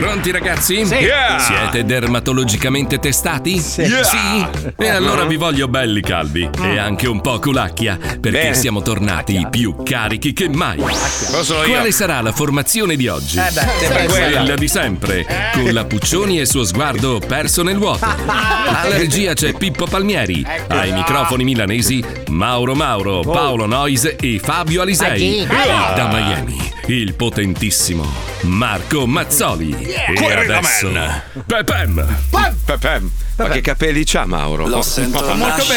Pronti ragazzi? Sì. Yeah. Siete dermatologicamente testati? Sì. Yeah. Sì? E allora vi voglio belli calvi e anche un po' culacchia, perché Bene. siamo tornati più carichi che mai. Lo sono io. Quale sarà la formazione di oggi? sempre quella. Di sempre, con la Puccioni e il suo sguardo perso nel vuoto. Alla regia c'è Pippo Palmieri, ai microfoni milanesi Mauro Mauro, Paolo Noise e Fabio Alisei. E da Miami il potentissimo Marco Mazzoli. E adesso Pepem. Pepem. Ma che capelli c'ha Mauro? Lo sento molto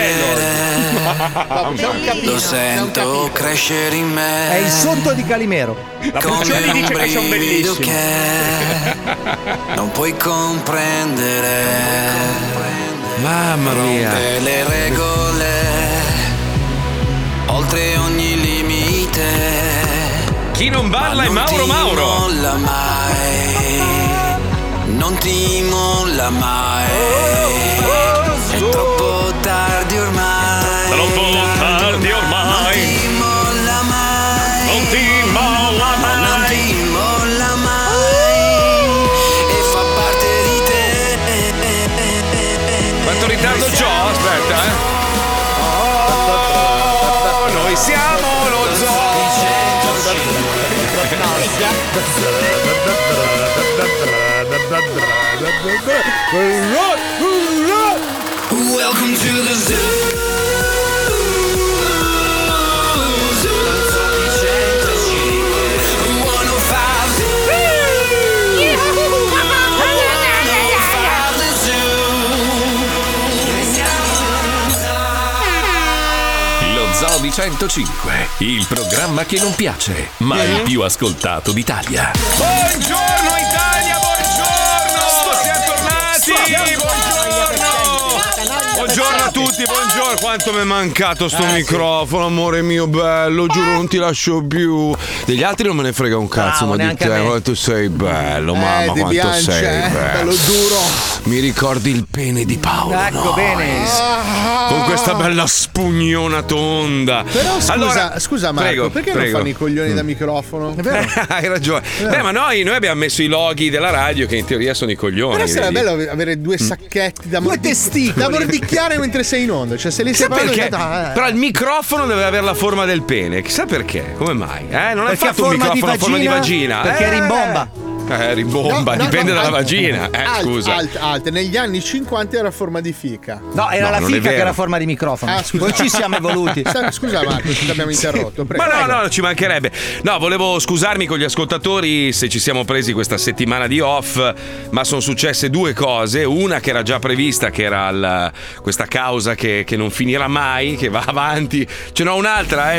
Lo sento crescere in me. È il sotto di Calimero. La Puccioni dice che sono bellissimi. Che non puoi comprendere. Mamma mia. Rompe le regole oltre ogni limite. Chi non balla è Mauro Mauro. Non ti molla mai. Non ti molla mai. È troppo tardi ormai. Troppo tardi Non ormai. ti molla mai. Non ti molla Non mai. ti molla mai. E fa parte di te. Quanto ritardo c'ho? Aspetta, Oh, noi siamo lo zoo. Welcome to the zoo. Lo Zoo di 105, il programma che non piace, ma il più ascoltato d'Italia. Buongiorno Italia, buongiorno. Siamo tornati. Buongiorno a tutti, buongiorno. Quanto mi è mancato sto microfono, amore mio bello. Giuro non ti lascio più. Degli altri non me ne frega un cazzo, Bravo, ma di neanche te a me. quanto sei bello, mamma di quanto Biancia, sei bello. duro. Mi ricordi il pene di Paolo? Ecco, bene. Con questa bella spugnona tonda. Però scusa, Allora, scusa Marco, prego, perché prego. non fanno i coglioni da microfono? Hai ragione. Beh, ma noi abbiamo messo i loghi della radio che in teoria sono i coglioni. Però sarebbe vedi? bello avere due sacchetti da Due testicoli. da mordicchiare mentre sei in onda. Cioè, se li Chissà separano perché? Però il microfono deve avere la forma del pene. Chissà perché? Come mai? Non hai Perché fatto un microfono a forma di vagina? Perché rimbomba. Ribomba, dipende dalla vagina. Scusa. Alt. Negli anni 50 era a forma di fica. No, era No, la non è fica che vero. era a forma di microfono. Ah, scusa. Poi ci siamo evoluti. Scusa Marco, ci abbiamo interrotto. Prego. Ma no, ci mancherebbe. No, volevo scusarmi con gli ascoltatori se ci siamo presi questa settimana di off, ma sono successe due cose. Una che era già prevista, che era questa causa che non finirà mai, che va avanti. Ce n'ho un'altra,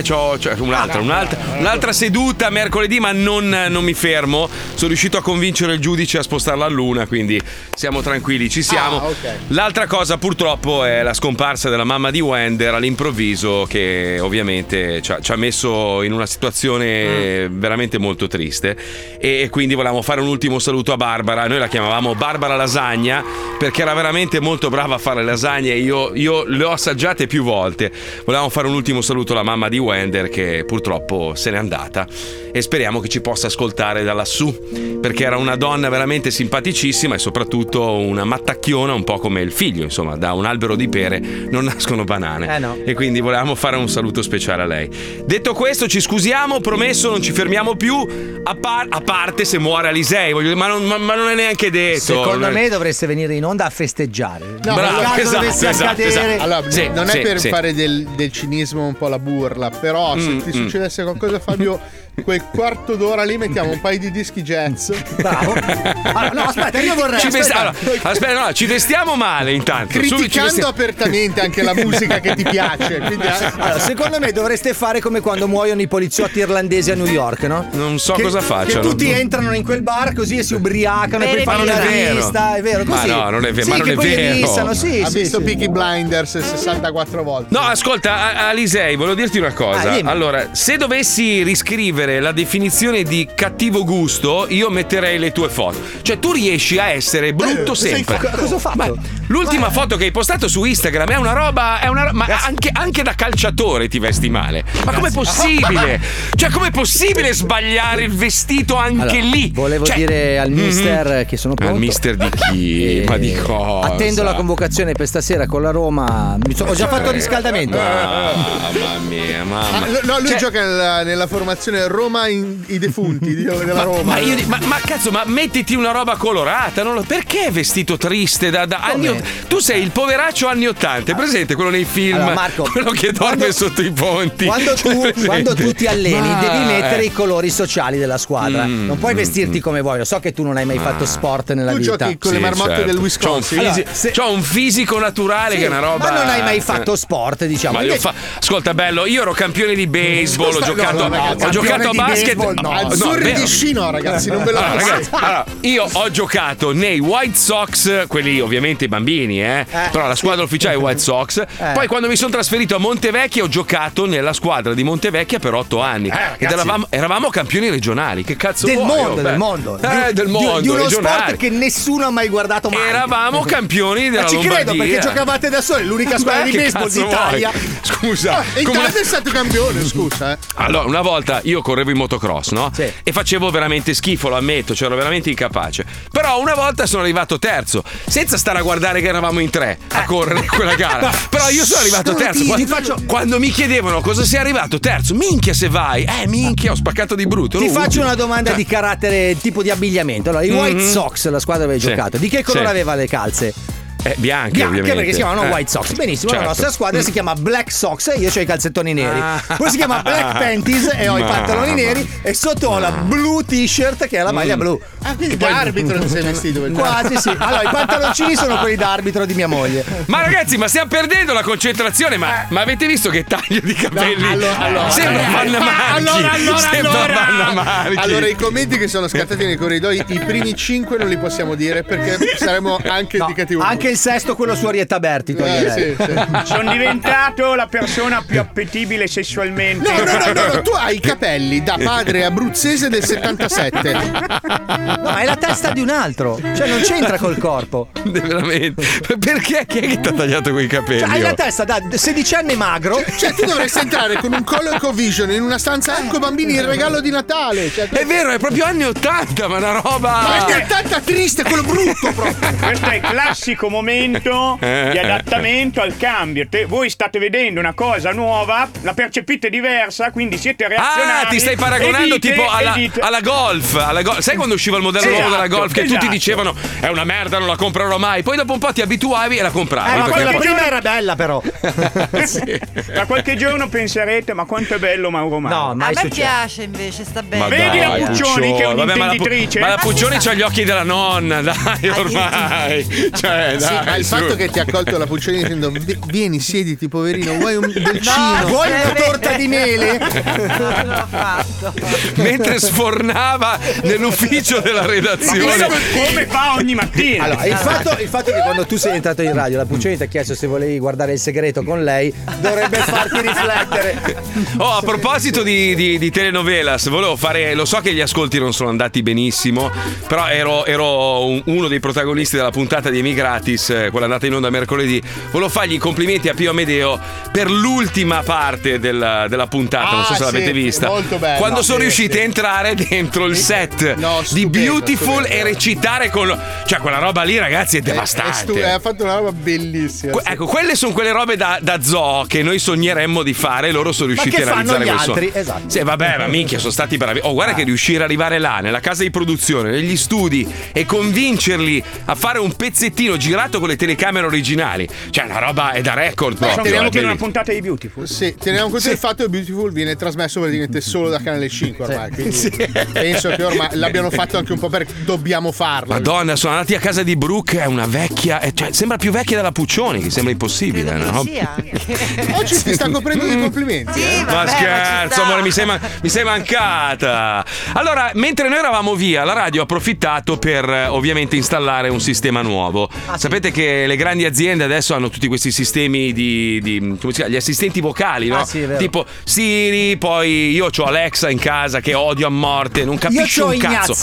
un'altra seduta mercoledì, ma non mi fermo. Sono riuscito a convincere il giudice a spostarla a luna, quindi siamo tranquilli, ci siamo. Ok. L'altra cosa purtroppo è la scomparsa della mamma di Wender all'improvviso, che ovviamente ci ha messo in una situazione veramente molto triste, e quindi volevamo fare un ultimo saluto a Barbara. Noi la chiamavamo Barbara Lasagna perché era veramente molto brava a fare lasagne, e io le ho assaggiate più volte. Volevamo fare un ultimo saluto alla mamma di Wender, che purtroppo se n'è andata, e speriamo che ci possa ascoltare da lassù, perché era una donna veramente simpaticissima e soprattutto una mattacchiona, un po' come il figlio, insomma, da un albero di pere non nascono banane. No. E quindi volevamo fare un saluto speciale a lei. Detto questo, ci scusiamo, promesso, non ci fermiamo più, a parte se muore Alisei, ma non è neanche detto. Secondo me dovreste venire in onda a festeggiare. No, Bravo, nel caso esatto, dovesse accadere. esatto. Allora, Sì, non è sì, per sì. fare del cinismo un po' la burla, però se ti succedesse qualcosa, Fabio, quel quarto d'ora lì mettiamo un paio di dischi jazz. Bravo. Allora, no, aspetta, io vorrei. Ci vestiamo male intanto. Criticando apertamente anche la musica che ti piace. Quindi, Allora, secondo me dovreste fare come quando muoiono i poliziotti irlandesi a New York, no? Non so cosa Che facciano. tutti entrano in quel bar così e si ubriacano e poi Ma fanno non la è vero. rivista, è vero? Ma Così. no, non è vero, Sì, ma non che è poi li vero. rissano, sì, ha sì, visto sì. Peaky Blinders 64 volte. No, ascolta, Alisei, volevo dirti una cosa. dimmi. Allora, se dovessi riscrivere la definizione di cattivo gusto, io metterei le tue foto. Cioè, tu riesci a essere brutto sempre. Cosa ho fatto? l'ultima foto che hai postato su Instagram è una roba ma anche da calciatore ti vesti male. Ma com'è possibile? Cioè, com'è possibile sbagliare il vestito anche lì? Volevo dire al mister che sono pronto. Al mister di chi? Ma di cosa? Attendo la convocazione per stasera con la Roma. Ho già fatto il riscaldamento. Mamma mia, mamma. No, lui gioca nella formazione Roma i defunti della Roma. Ma cazzo, ma mettiti una roba colorata. Perché è vestito triste da anni? Tu sei il poveraccio anni 80, è presente quello nei film? Allora, Marco, quello che dorme sotto i ponti. Quando tu ti alleni, devi mettere i colori sociali della squadra. Non puoi vestirti come vuoi. Lo so che tu non hai mai fatto sport nella vita. Tu giochi con le marmotte del Wisconsin. C'ho un fisico naturale che è una roba. Ma non hai mai fatto sport, diciamo. Ascolta, bello, io ero campione di baseball, ho giocato a basket. Azzurri di Scino, ragazzi, non ve lo ragazzi, allora, io ho giocato nei White Sox, quelli ovviamente i bambini, però la squadra ufficiale è White Sox. Poi quando mi sono trasferito a Montevecchia ho giocato nella squadra di Montevecchia per 8 anni. Ed eravamo campioni regionali. Che cazzo del vuoi? Mondo. Del mondo, di uno regionali. sport che nessuno ha mai guardato mai. Eravamo campioni della Lombardia. Lombardia. Ci credo, perché giocavate da soli, l'unica squadra di baseball d'Italia. Scusa. Intanto è stato campione, scusa. Allora, una volta io correvo in motocross, no? Sì. E facevo veramente schifo, lo ammetto, ero veramente incapace. Però una volta sono arrivato terzo, senza stare a guardare che eravamo in 3 a correre quella gara. Però io sono arrivato terzo. Quando mi chiedevano cosa sei arrivato terzo, minchia se vai. Minchia, ho spaccato di brutto. Ti faccio una domanda di carattere, tipo di abbigliamento. Allora, i White Sox, la squadra dove hai giocato, di che colore aveva le calze? Bianche ovviamente. Perché si chiamano White Sox. Benissimo, certo. La nostra squadra si chiama Black Sox e io ho i calzettoni neri. Poi si chiama Black Panties e ho i pantaloni neri e sotto ho la blue t-shirt che è la maglia blu. Quindi da arbitro ti sei vestito. Quasi sì. Allora, i pantaloncini sono quelli da arbitro di mia moglie. Ma ragazzi, ma stiamo perdendo la concentrazione. Ma avete visto che taglio di capelli? Allora, sembra Vanna Marchi. Allora, i commenti che sono scattati nei corridoi, i primi 5 non li possiamo dire perché saremo anche indicativi. Anche il sesto, quello su Arietta Berti. Sì. Sono diventato la persona più appetibile sessualmente. No, tu hai i capelli da padre abruzzese del 77. No, ma è la testa di un altro. Cioè, non c'entra col corpo. Veramente. Perché? Chi è che ti ha tagliato quei capelli? Cioè, hai la testa da 16 magro. Cioè, tu dovresti entrare con un collo Ecovision in una stanza. Ecco, bambini, il regalo di Natale. Cioè, è vero, è proprio anni 80, ma una roba. Ma è 80 triste, quello brutto proprio. Questo è il classico momento di adattamento al cambio. Voi state vedendo una cosa nuova, la percepite diversa, quindi siete reazionari. Ti stai paragonando tipo alla Golf. Sai quando usciva il modello nuovo della Golf che tutti dicevano è una merda, non la comprerò mai. Poi dopo un po' ti abituavi e la compravi. Ma quella prima era bella, però. Tra qualche giorno penserete, ma quanto è bello Mauro Mauro. No, mai a me successo. piace invece, sta bene. Vedi la Puccioni che è un'intenditrice. Ma la Puccioni c'ha gli occhi della nonna, dai, ormai. Cioè, dai, ma il fatto che ti ha accolto la Puccioni dicendo vieni, siediti, poverino, vuoi un dolcino? Vuoi una torta di mele? Non l'ho fatto. Mentre sfornava nell'ufficio della redazione. Come fa ogni mattina. Allora, il fatto che quando tu sei entrato in radio, la Puccioni ti ha chiesto se volevi guardare Il Segreto con lei, dovrebbe farti riflettere. A proposito di telenovelas, volevo fare. Lo so che gli ascolti non sono andati benissimo, però ero uno dei protagonisti della puntata di Emigratis, quella andata in onda mercoledì. Volevo fargli i complimenti a Pio Amedeo per l'ultima parte della puntata. Non so se l'avete vista. Molto bello. Quando sono riusciti a entrare dentro il set di Beautiful e recitare con. Cioè, quella roba lì, ragazzi, è devastante. Ha fatto una roba bellissima. Ecco, quelle sono quelle robe da zoo che noi sogneremmo di fare. Loro sono riusciti a realizzare gli questo. altri, esatto. Sì, vabbè, ma minchia, sono stati bravi. Guarda che riuscire ad arrivare là, nella casa di produzione, negli studi e convincerli a fare un pezzettino girato con le telecamere originali. Cioè, una roba è da record proprio. Teniamo che è una puntata di Beautiful. Sì, teniamo conto del fatto che Beautiful viene trasmesso praticamente solo da Canale 5 ormai. Quindi penso che ormai l'abbiano fatto anche un po' perché dobbiamo farlo. Madonna, sono andati a casa di Brooke, è una vecchia, cioè sembra più vecchia della Puccioni, che sembra impossibile, no? Oggi ti sta coprendo dei complimenti. Sì, Ma vabbè, scherzo, amore, mi sei mancata. Allora, mentre noi eravamo via, la radio ha approfittato per ovviamente installare un sistema nuovo. Sapete che le grandi aziende adesso hanno tutti questi sistemi di come si chiama? Gli assistenti vocali, no? Sì, tipo Siri, poi io ho Alexa in casa che odio a morte, non capisce Io c'ho un cazzo. Ignazio.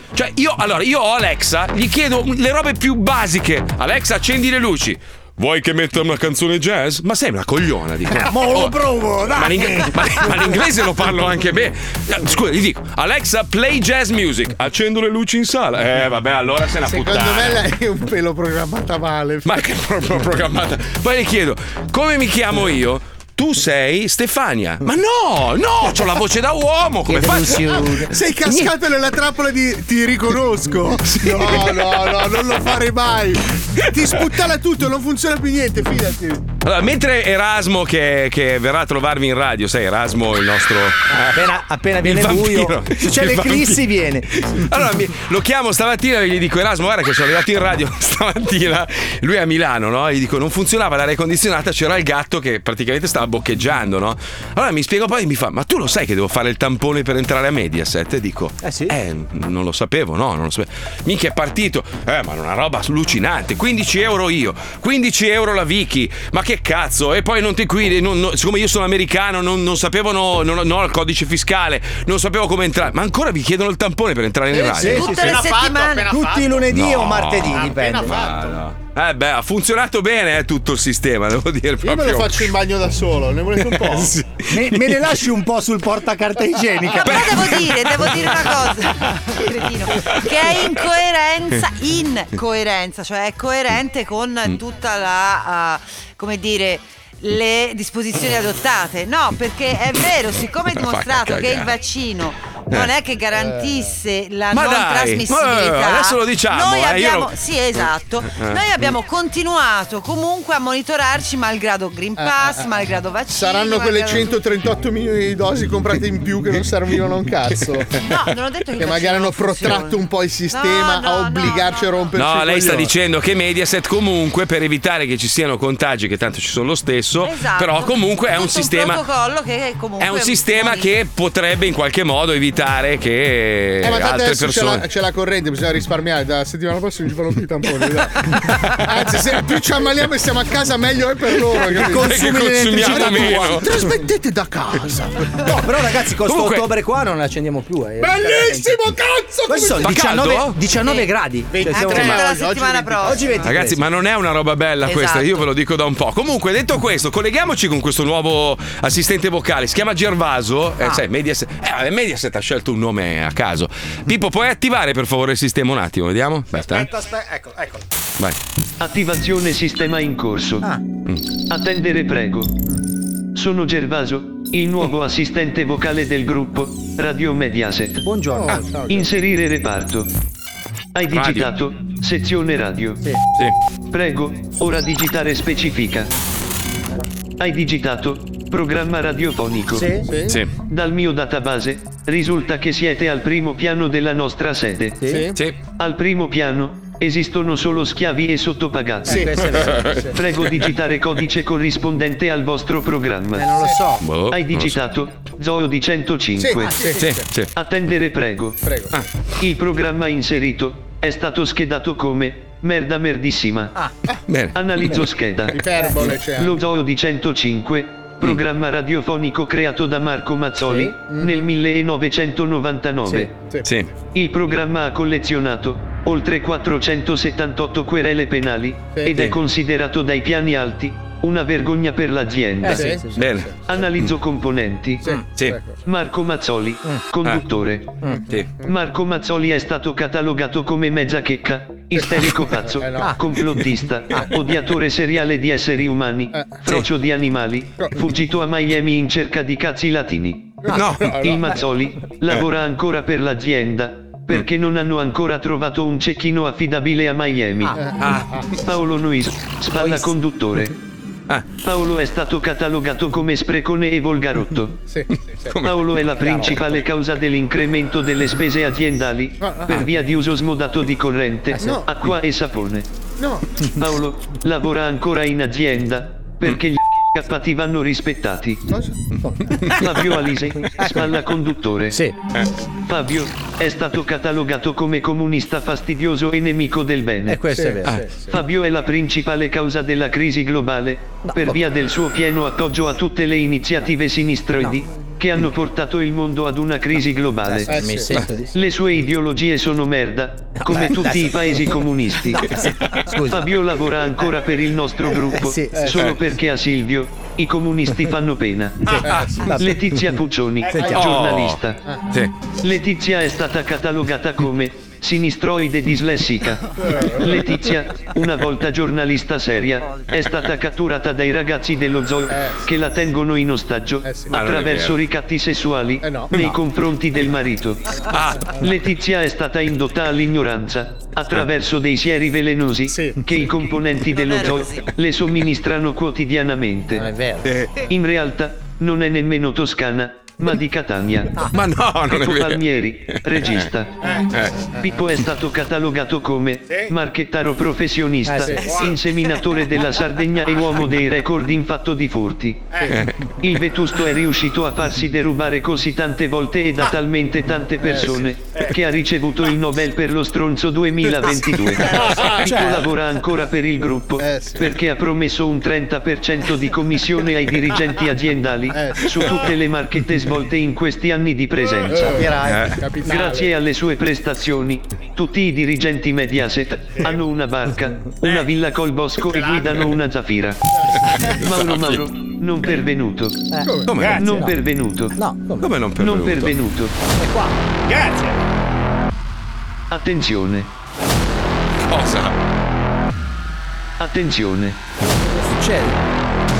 Cioè, io ho Alexa, gli chiedo le robe più basiche. Alexa, accendi le luci. Vuoi che metta una canzone jazz? Ma sei una cogliona, dico. Ma lo provo, dai. Ma l'inglese lo parlo anche bene. Scusa, gli dico, Alexa, play jazz music. Accendo le luci in sala. Vabbè, allora sei una puttana. Secondo me lei è un pelo programmata male. Ma che proprio programmata. Poi gli chiedo, come mi chiamo io? Tu sei Stefania. Ma no, c'ho la voce da uomo. Come fai? Sei cascato nella trappola di ti riconosco. No, non lo fare mai. Ti sputtana tutto, non funziona più niente, fidati. Allora, mentre Erasmo che verrà a trovarvi in radio, sai, Erasmo il nostro appena viene buio, se c'è l'eclissi viene. Allora lo chiamo stamattina e gli dico: Erasmo, guarda che sono arrivato in radio stamattina. Lui è a Milano, no? E gli dico: non funzionava l'aria condizionata, c'era il gatto che praticamente stava boccheggiando, no? Allora mi spiego, poi mi fa: ma tu lo sai che devo fare il tampone per entrare a Mediaset? E dico: sì. Non lo sapevo, no, non lo sapevo. Minchia, è partito, ma una roba allucinante. 15 euro io, 15 euro la Vicky, ma che cazzo? E poi non ti guidi, siccome io sono americano, non sapevo, non ho il codice fiscale, non sapevo come entrare. Ma ancora vi chiedono il tampone per entrare in radio? Tutte le settimane, tutti i lunedì o martedì, dipende. No. Ha funzionato bene tutto il sistema, devo dire. Io me lo faccio in bagno da solo, ne volete un po'? Sì. Me ne lasci un po' sul portacarta igienica. Ma devo dire una cosa, cretino, che è incoerenza, cioè è coerente con tutta la come dire, le disposizioni adottate. No, perché è vero, siccome è dimostrato che il vaccino non è che garantisse la non trasmissibilità. Adesso lo diciamo. Noi abbiamo, sì, esatto. Noi abbiamo continuato comunque a monitorarci malgrado Green Pass, malgrado vaccini. Saranno quelle 138 milioni di dosi comprate in più che non servivano un cazzo. No, non ho detto che magari hanno protratto un po' il sistema a obbligarci a romperci. No, lei sta dicendo che Mediaset comunque, per evitare che ci siano contagi, che tanto ci sono lo stesso, però comunque è un sistema. Protocollo che comunque è un sistema che potrebbe in qualche modo evitare che ma altre persone. c'è la corrente, bisogna risparmiare. Da settimana prossima non ci fanno più i tamponi. Anzi, se più ci ammaliamo e stiamo a casa, meglio è per loro. Consumiamo meno. Trasmettete da casa. No, però ragazzi, con sto ottobre qua non accendiamo più. Bellissimo, cazzo! Questi sono 19 gradi. La settimana prossima. Oggi 20. Ragazzi, ma non è una roba bella questa, io ve lo dico da un po'. Comunque, detto questo, colleghiamoci con questo nuovo assistente vocale. Si chiama Gervaso. Sai, Mediaset ha scelto un nome a caso. Pippo, puoi attivare per favore il sistema un attimo? Vediamo. Aspetta. Eccolo. Vai. Attivazione sistema in corso. Attendere, prego. Sono Gervaso, il nuovo assistente vocale del gruppo Radio Mediaset. Buongiorno. Inserire reparto. Hai digitato sezione radio. Sì. Prego, ora digitare specifica. Hai digitato programma radiofonico. Sì. Dal mio database risulta che siete al primo piano della nostra sede. Sì. Al primo piano esistono solo schiavi e sottopagati. Prego digitare codice corrispondente al vostro programma. Non lo so. Hai digitato Zoo di 105. Sì. Attendere, prego. Il programma inserito è stato schedato come merda merdissima. Bene. Analizzo scheda. Iperbole, cioè. Lo Zoo di 105, programma radiofonico creato da Marco Mazzoli nel 1999. Sì. Il programma ha collezionato oltre 478 querele penali ed è considerato dai piani alti una vergogna per l'azienda. Bene. Analizzo componenti. Sì. Marco Mazzoli, conduttore. Marco Mazzoli è stato catalogato come mezza checca, isterico pazzo, complottista, odiatore seriale di esseri umani, frocio di animali, fuggito a Miami in cerca di cazzi latini. Il Mazzoli lavora ancora per l'azienda perché non hanno ancora trovato un cecchino affidabile a Miami. Paolo Nois, spalla conduttore. Paolo è stato catalogato come sprecone e volgarotto. Paolo è la principale causa dell'incremento delle spese aziendali per via di uso smodato di corrente, acqua e sapone. Paolo lavora ancora in azienda perché gli cappati vanno rispettati. Fabio Alise, spalla conduttore. Fabio è stato catalogato come comunista fastidioso e nemico del bene. Questo è vero. Fabio è la principale causa della crisi globale per via del suo pieno appoggio a tutte le iniziative sinistroidi che hanno portato il mondo ad una crisi globale. Le sue ideologie sono merda, come tutti i paesi comunisti. Fabio lavora ancora per il nostro gruppo, solo perché a Silvio i comunisti fanno pena. Letizia Puccioni, giornalista. Letizia è stata catalogata come sinistroide dislessica. Letizia, una volta giornalista seria, è stata catturata dai ragazzi dello zoo che la tengono in ostaggio attraverso ricatti sessuali nei confronti del marito. Letizia è stata indotta all'ignoranza attraverso dei sieri velenosi che i componenti dello zoo le somministrano quotidianamente. In realtà non è nemmeno toscana, ma di Catania. Ma no, non è vero. Palmieri, regista. Pippo è stato catalogato come marchettaro professionista, inseminatore della Sardegna e uomo dei record in fatto di furti. Il vetusto è riuscito a farsi derubare così tante volte e da talmente tante persone che ha ricevuto il Nobel per lo stronzo 2022. Pippo lavora ancora per il gruppo perché ha promesso un 30% di commissione ai dirigenti aziendali su tutte le marchette svolte in questi anni di presenza. Grazie alle sue prestazioni, tutti i dirigenti Mediaset hanno una barca, una villa col bosco e guidano una Zafira. Mauro, non pervenuto. Come? Non pervenuto. Come non pervenuto? Non pervenuto. Grazie. Attenzione. Cosa? Attenzione. Cosa succede?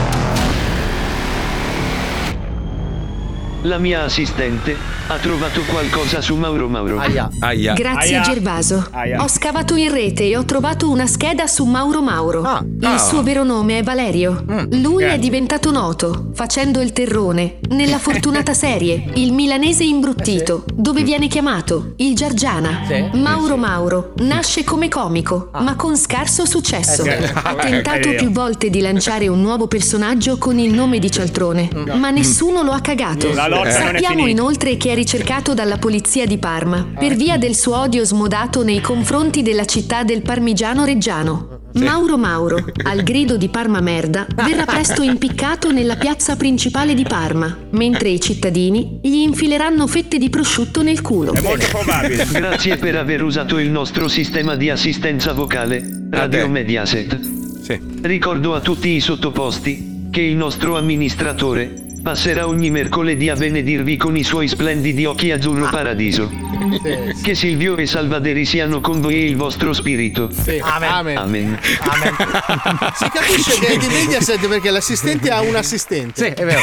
La mia assistente ha trovato qualcosa su Mauro. Aia. Grazie Gervaso. Ho scavato in rete e ho trovato una scheda su Mauro. Il suo vero nome è Valerio. Lui è diventato noto facendo il terrone nella fortunata serie Il Milanese Imbruttito, dove viene chiamato il Giargiana. Mauro nasce come comico, ma con scarso successo. Ha tentato più volte di lanciare un nuovo personaggio con il nome di Cialtrone, ma nessuno lo ha cagato. Sappiamo inoltre che è ricercato dalla polizia di Parma per via del suo odio smodato nei confronti della città del Parmigiano Reggiano. Mauro, al grido di Parma merda, verrà presto impiccato nella piazza principale di Parma, mentre i cittadini gli infileranno fette di prosciutto nel culo. È molto probabile. Grazie per aver usato il nostro sistema di assistenza vocale, Radio Mediaset. Ricordo a tutti i sottoposti che il nostro amministratore passerà ogni mercoledì a benedirvi con i suoi splendidi occhi azzurro paradiso. Che Silvio e Salvaderi siano con voi e il vostro spirito. Amen. Si capisce che è di Mediaset perché l'assistente ha un assistente. Sì, è vero.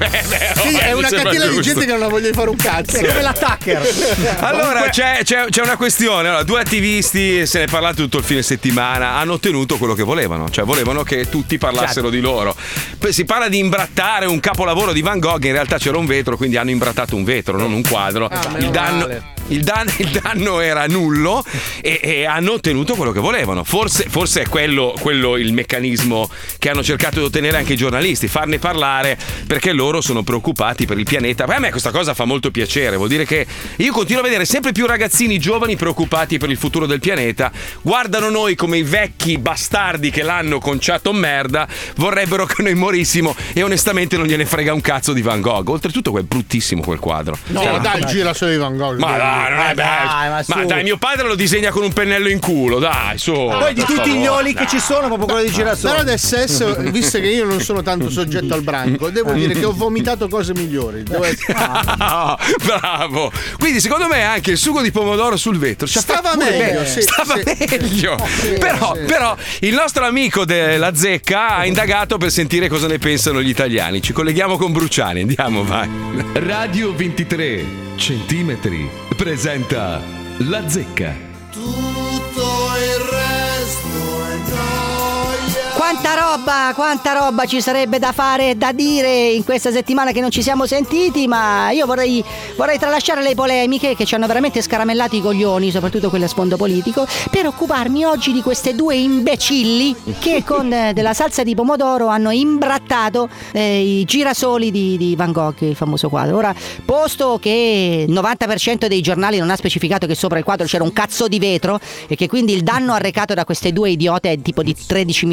È una catena di gente che non la voglia fare un cazzo. È come l'attacker. Allora c'è una questione. Allora, due attivisti, se ne è parlato tutto il fine settimana, hanno ottenuto quello che volevano, cioè volevano che tutti parlassero di loro. Poi si parla di imbrattare un capolavoro di Van Gogh, in realtà c'era un vetro, quindi hanno imbrattato un vetro, non un quadro. Il danno era nullo e hanno ottenuto quello che volevano. Forse è quello il meccanismo che hanno cercato di ottenere anche i giornalisti, farne parlare, perché loro sono preoccupati per il pianeta. Poi a me questa cosa fa molto piacere, vuol dire che io continuo a vedere sempre più ragazzini giovani preoccupati per il futuro del pianeta, guardano noi come i vecchi bastardi che l'hanno conciato merda, vorrebbero che noi morissimo e onestamente non gliene frega un cazzo di Van Gogh. Oltretutto è bruttissimo quel quadro. No, dai, gira solo di Van Gogh. Ma dai, non è bello. Ma dai, mio padre lo disegna con un pennello in culo, dai, su. Poi di tutti gli oli che ci sono, proprio quello di girasole. Però del sesso, visto che io non sono tanto soggetto al branco, devo dire che ho vomitato cose migliori. Bravo. Quindi secondo me anche il sugo di pomodoro sul vetro stava meglio. Stava meglio. Però il nostro amico della Zecca ha indagato per sentire cosa ne pensano gli italiani. Ci colleghiamo con Bruciani, andiamo, vai. Radio 23 centimetri presenta La Zecca. Tutto il resto è gioia. Quanta roba ci sarebbe da fare e da dire in questa settimana che non ci siamo sentiti, ma io vorrei tralasciare le polemiche che ci hanno veramente scaramellato i coglioni, soprattutto quelle a sfondo politico, per occuparmi oggi di queste due imbecilli che con della salsa di pomodoro hanno imbrattato i girasoli di Van Gogh, il famoso quadro. Ora, posto che il 90% dei giornali non ha specificato che sopra il quadro c'era un cazzo di vetro e che quindi il danno arrecato da queste due idiote è tipo di 13.000 lire,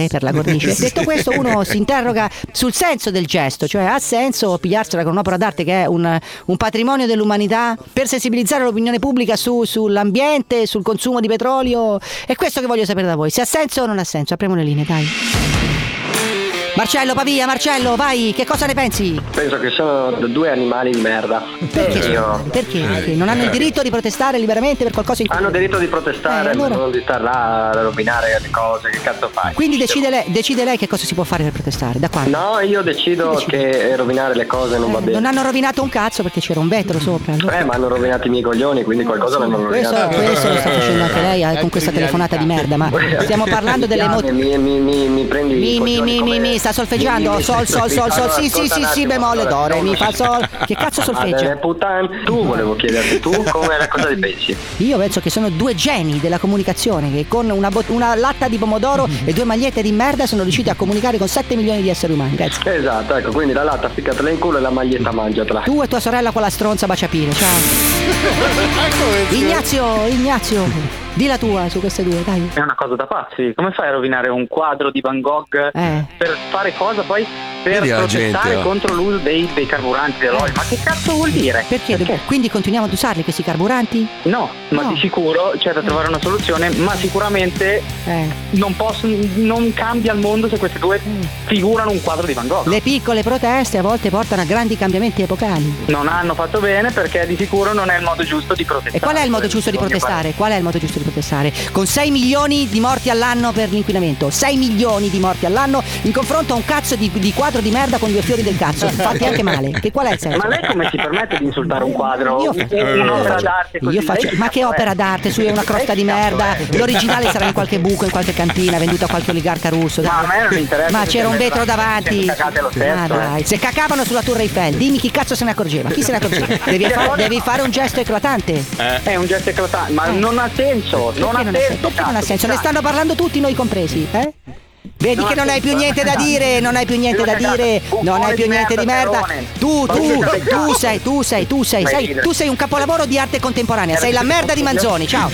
per la cornice. Detto questo, uno si interroga sul senso del gesto, cioè ha senso pigliarsela con un'opera d'arte che è un patrimonio dell'umanità per sensibilizzare l'opinione pubblica sull'ambiente, sul consumo di petrolio? È questo che voglio sapere da voi, se ha senso o non ha senso. Apriamo le linee, dai. Marcello Pavia, Marcello, vai, che cosa ne pensi? Penso che sono due animali di merda. Perché? Perché? Non hanno il diritto di protestare liberamente per qualcosa in cui... Hanno diritto di protestare, allora... ma non di star là a rovinare le cose, che cazzo fai? Quindi decide lei che cosa si può fare per protestare, da quando? No, io decido che rovinare le cose non va bene. Non hanno rovinato un cazzo perché c'era un vetro sopra. Allora. Ma hanno rovinato i miei coglioni, quindi qualcosa l'hanno rovinato. Questo lo sta facendo anche lei con questa telefonata di merda, ma stiamo parlando delle mi prendi mi sta solfeggiando. Sol, sì, bemolle, do, re, mi fa sol. Che cazzo solfeggia? Tu volevo chiederti, tu cosa ne pensi? Io penso che sono due geni della comunicazione che con una latta di pomodoro e due magliette di merda sono riusciti a comunicare con 7 milioni di esseri umani. Grazie. Esatto, ecco, quindi la latta ficcatela in culo e la maglietta mangiatela. Tu e tua sorella con la stronza baciapire, ciao. Ignazio. Di la tua su queste due, dai. È una cosa da pazzi. Come fai a rovinare un quadro di Van Gogh per fare cosa poi? Per protestare contro l'uso dei carburanti dell'olio. Ma che cazzo vuol dire? Perché? Quindi continuiamo ad usarli questi carburanti? No, ma di sicuro c'è da trovare una soluzione, ma sicuramente non cambia il mondo se queste due figurano un quadro di Van Gogh. Le piccole proteste a volte portano a grandi cambiamenti epocali. Non hanno fatto bene perché di sicuro non è il modo giusto di protestare. E qual è il modo giusto di protestare? Con 6 milioni di morti all'anno per l'inquinamento, 6 milioni di morti all'anno in confronto a un cazzo di quadro di merda con due fiori del cazzo, fatti anche male. Che qual è il senso? Ma lei come si permette di insultare un quadro? Un'opera d'arte così? Ma che opera d'arte? Su, è una crosta di merda. L'originale sarà in qualche buco, in qualche cantina, venduta a qualche oligarca russo. Ma a me non interessa. Ma c'era un vetro davanti. Lo stesso, dai, se cacavano sulla Tour Eiffel, dimmi chi cazzo se ne accorgeva. Chi se ne accorgeva? Devi fare un gesto eclatante. È un gesto eclatante, ma non ha senso. Perché non ha senso? Ne stanno parlando tutti, noi compresi, Vedi che non hai più niente da dire, non hai più niente di merda. Tu sei un capolavoro di arte contemporanea, sei la merda di Manzoni. Ciao.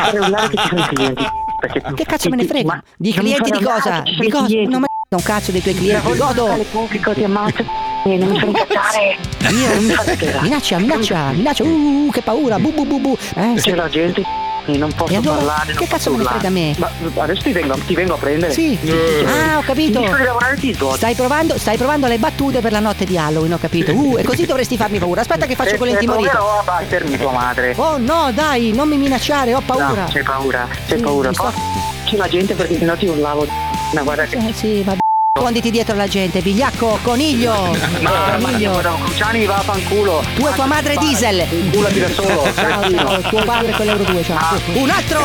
Che cazzo me ne frega? Di clienti di cosa? Di cosa? Non me ne frega un cazzo dei tuoi clienti, godo. Non mi fai incazzare. Minaccia. Che paura. Bu. C'è la gente. Non posso parlare. Che cazzo me ne frega a me? Ma adesso ti vengo a prendere. Sì. Ho capito. Stai provando le battute per la notte di Halloween, ho capito. E così dovresti farmi paura. Aspetta che faccio quello intimorito. Proverò a battermi tua madre. Oh no, dai, non mi minacciare, ho paura. No, c'hai paura. C'è la gente perché sennò ti urlavo. Ma guarda che. Sì, vabbè. Nasconditi dietro la gente, vigliacco, coniglio. Cruciani va a fanculo. Tu e tua madre Diesel. Culati da solo. Ciao, tuo padre con l'Euro 2, ciao. Un altro.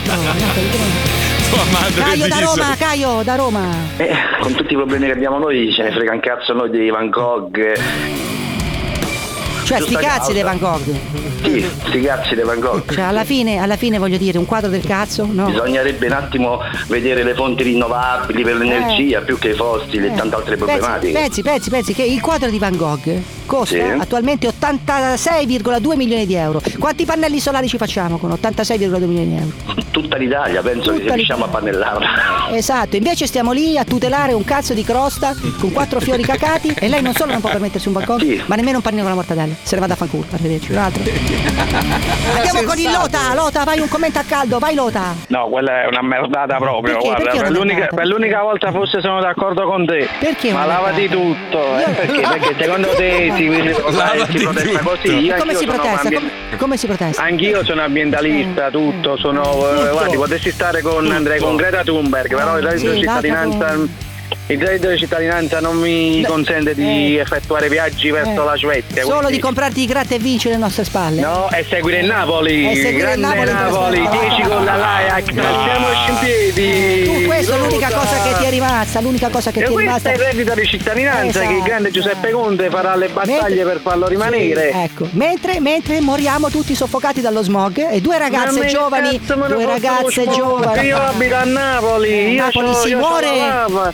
Tua madre Caio da Roma. Con tutti i problemi che abbiamo noi, ce ne frega un cazzo noi di Van Gogh. Cioè, sti cazzi dei Van Gogh. Sì, sti cazzi dei Van Gogh. Cioè, alla fine voglio dire, un quadro del cazzo, no? Bisognerebbe un attimo vedere le fonti rinnovabili per l'energia più che i fossili e tante altre problematiche. Pensi che il quadro di Van Gogh costa attualmente 86,2 milioni di euro. Quanti pannelli solari ci facciamo con 86,2 milioni di euro? Tutta l'Italia, penso che se riusciamo a pannellarla. Esatto, invece stiamo lì a tutelare un cazzo di crosta con 4 fiori cacati e lei non solo non può permettersi un Van Gogh, ma nemmeno un panino con la mortadella. Se ne vada a fanculo, arrivederci. Un altro. Andiamo con il Lota, vai un commento a caldo, vai Lota. No, quella è una merdata proprio. Perché per l'unica volta forse sono d'accordo con te. Perché? Ma lavati tutto. Perché secondo te si protesta così? Io come si protesta? Anch'io sono ambientalista, tutto. Guardi, potessi stare con Greta Thunberg, però il reddito di cittadinanza. Il reddito di cittadinanza non mi consente di effettuare viaggi verso la Svezia. Solo di comprarti i gratta e vinci le nostre spalle. No, e seguire il Napoli. Grande Napoli, 10 con l'Ajax, alziamoci in piedi. Questa è l'unica cosa che ti è rimasta, E questo è il reddito di cittadinanza che il grande Giuseppe Conte farà le battaglie per farlo rimanere. Ecco, mentre moriamo tutti soffocati dallo smog e due ragazze giovani. Io abito a Napoli. Si muore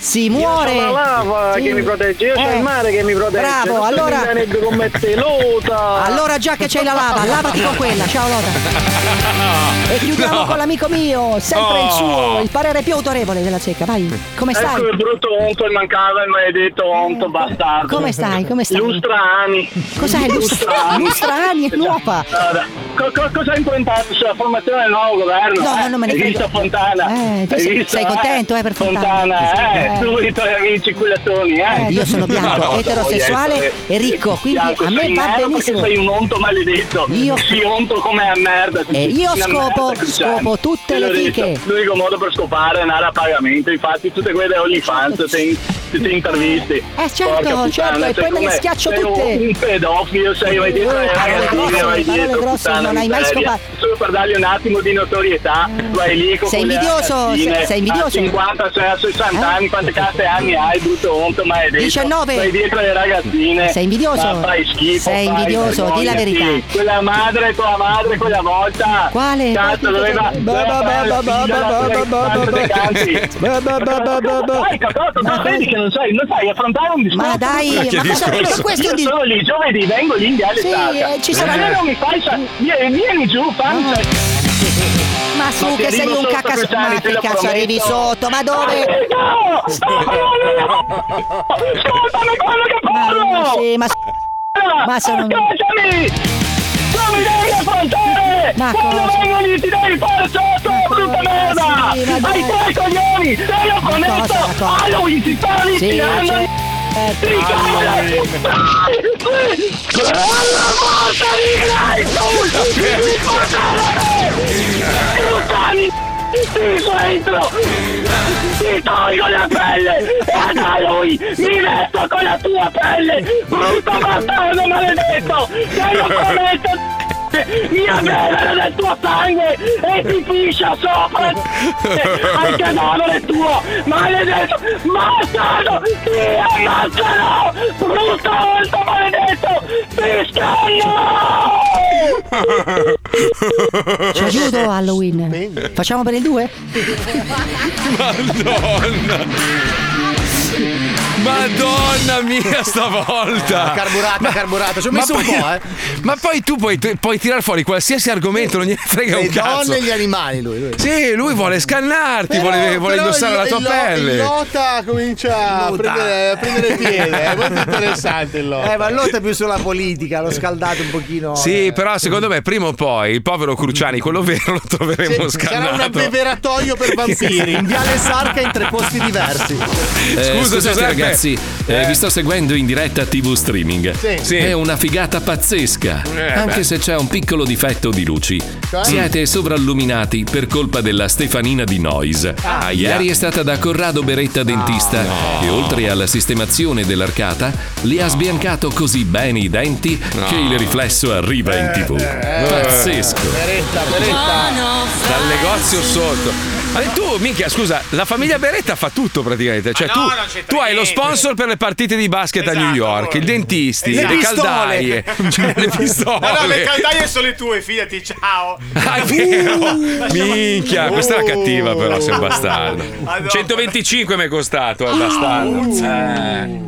muore. Io sono la lava che mi protegge, io sono il mare che mi protegge. Bravo, allora. Come te, Lota. Allora, già che c'hai la lava, lavati con quella. Ciao, Lota. E chiudiamo con l'amico mio, sempre il suo, il parere più autorevole della Zecca. Vai, come stai? Ecco il brutto onto, il mancava il maledetto onto bastardo. Come stai? Come stai? Lustrani. Cos'è Lustrani? È nuova. Cosa hai improntato sulla formazione del nuovo governo? No, non me ne Hai frega. visto Fontana? Sei contento per Fontana? Tu i tuoi amici culatoni, io sono bianco, eterosessuale e ricco, quindi a me va benissimo. Perché sei un onto maledetto. Io si onto come a merda. E io scopo tutte le fiche. L'unico modo per scopare è andare a pagamento, infatti tutte quelle OnlyFans ti intervisti. Certo, e poi me le schiaccio tutte. Un pedofilo, vai dietro le ragazzine, vai dietro, non hai mai scopato. Solo per dargli un attimo di notorietà, vai lì con sei invidioso, sei invidioso. A 50, a 60 anni, quante cazzo anni hai, brutto onto maledetto. 19. Vai dietro le ragazzine. Sei invidioso. Fai schifo. Sei invidioso, di la verità. Quella madre, tua madre, quella volta. Quale? Cazzo, doveva vedi che non sai affrontare un discorso. Ma dai, ma questo è solo lì, giovedì vengo lì in viale Sarca. Ci sarà. Non mi fai vieni giù, fammi. Ma su che sei un caccasso. Ma che cazzo arrivi sotto? Ma dove? Ascoltami quello che parlo! Sì, ma sono. Ascoltami! Non mi devi affrontare! Quando vengono ti devi fare sotto, brutta merda! Hai tuoi coglioni! Sei opponetto! Halloween si sta litigando! Alla volta di dentro! Ti tolgo la pelle! E ad Halloween mi vesto con la tua pelle! Brutto bastardo maledetto! Sei un prometto! Mi avveleno del tuo sangue e ti piscia sopra al cadavere tuo, maledetto bastardo, ti ammazzerò, brutto volto maledetto, piscano! Ci aiuto Halloween. Facciamo per il 2? Madonna mia, stavolta! Carburata, ci ho messo un po', Ma poi tu puoi tirar fuori qualsiasi argomento, non gliene frega un cazzo. Le donne e gli animali, lui. Sì, lui vuole scannarti, vuole indossare la tua pelle. Il Lota comincia a prendere piede, è molto interessante il Lota. Ma il Lota è più sulla politica, l'ho scaldato un pochino. Sì, però secondo me prima o poi il povero Cruciani, quello vero, lo troveremo scannato. Sarà un abbeveratoio per vampiri. In viale Sarca in 3 posti diversi. Scusate ragazzi, vi sto seguendo in diretta TV streaming. Sì. È una figata pazzesca. Anche se c'è un piccolo difetto di luci. Siete sovralluminati per colpa della Stefanina di Noise. Ieri è stata da Corrado Beretta dentista e oltre alla sistemazione dell'arcata li ha sbiancato così bene i denti che il riflesso arriva in TV. Pazzesco. Beretta. Dal negozio sotto. Ma tu, minchia, scusa, la famiglia Beretta fa tutto praticamente. Cioè, tu hai lo sponsor per le partite di basket a New York, i dentisti, le caldaie, cioè le pistole. No, le caldaie sono le tue, fidati, ciao. Ah, è vero. Minchia, questa era cattiva, però, sei un bastardo. 125 mi è costato, il bastardo.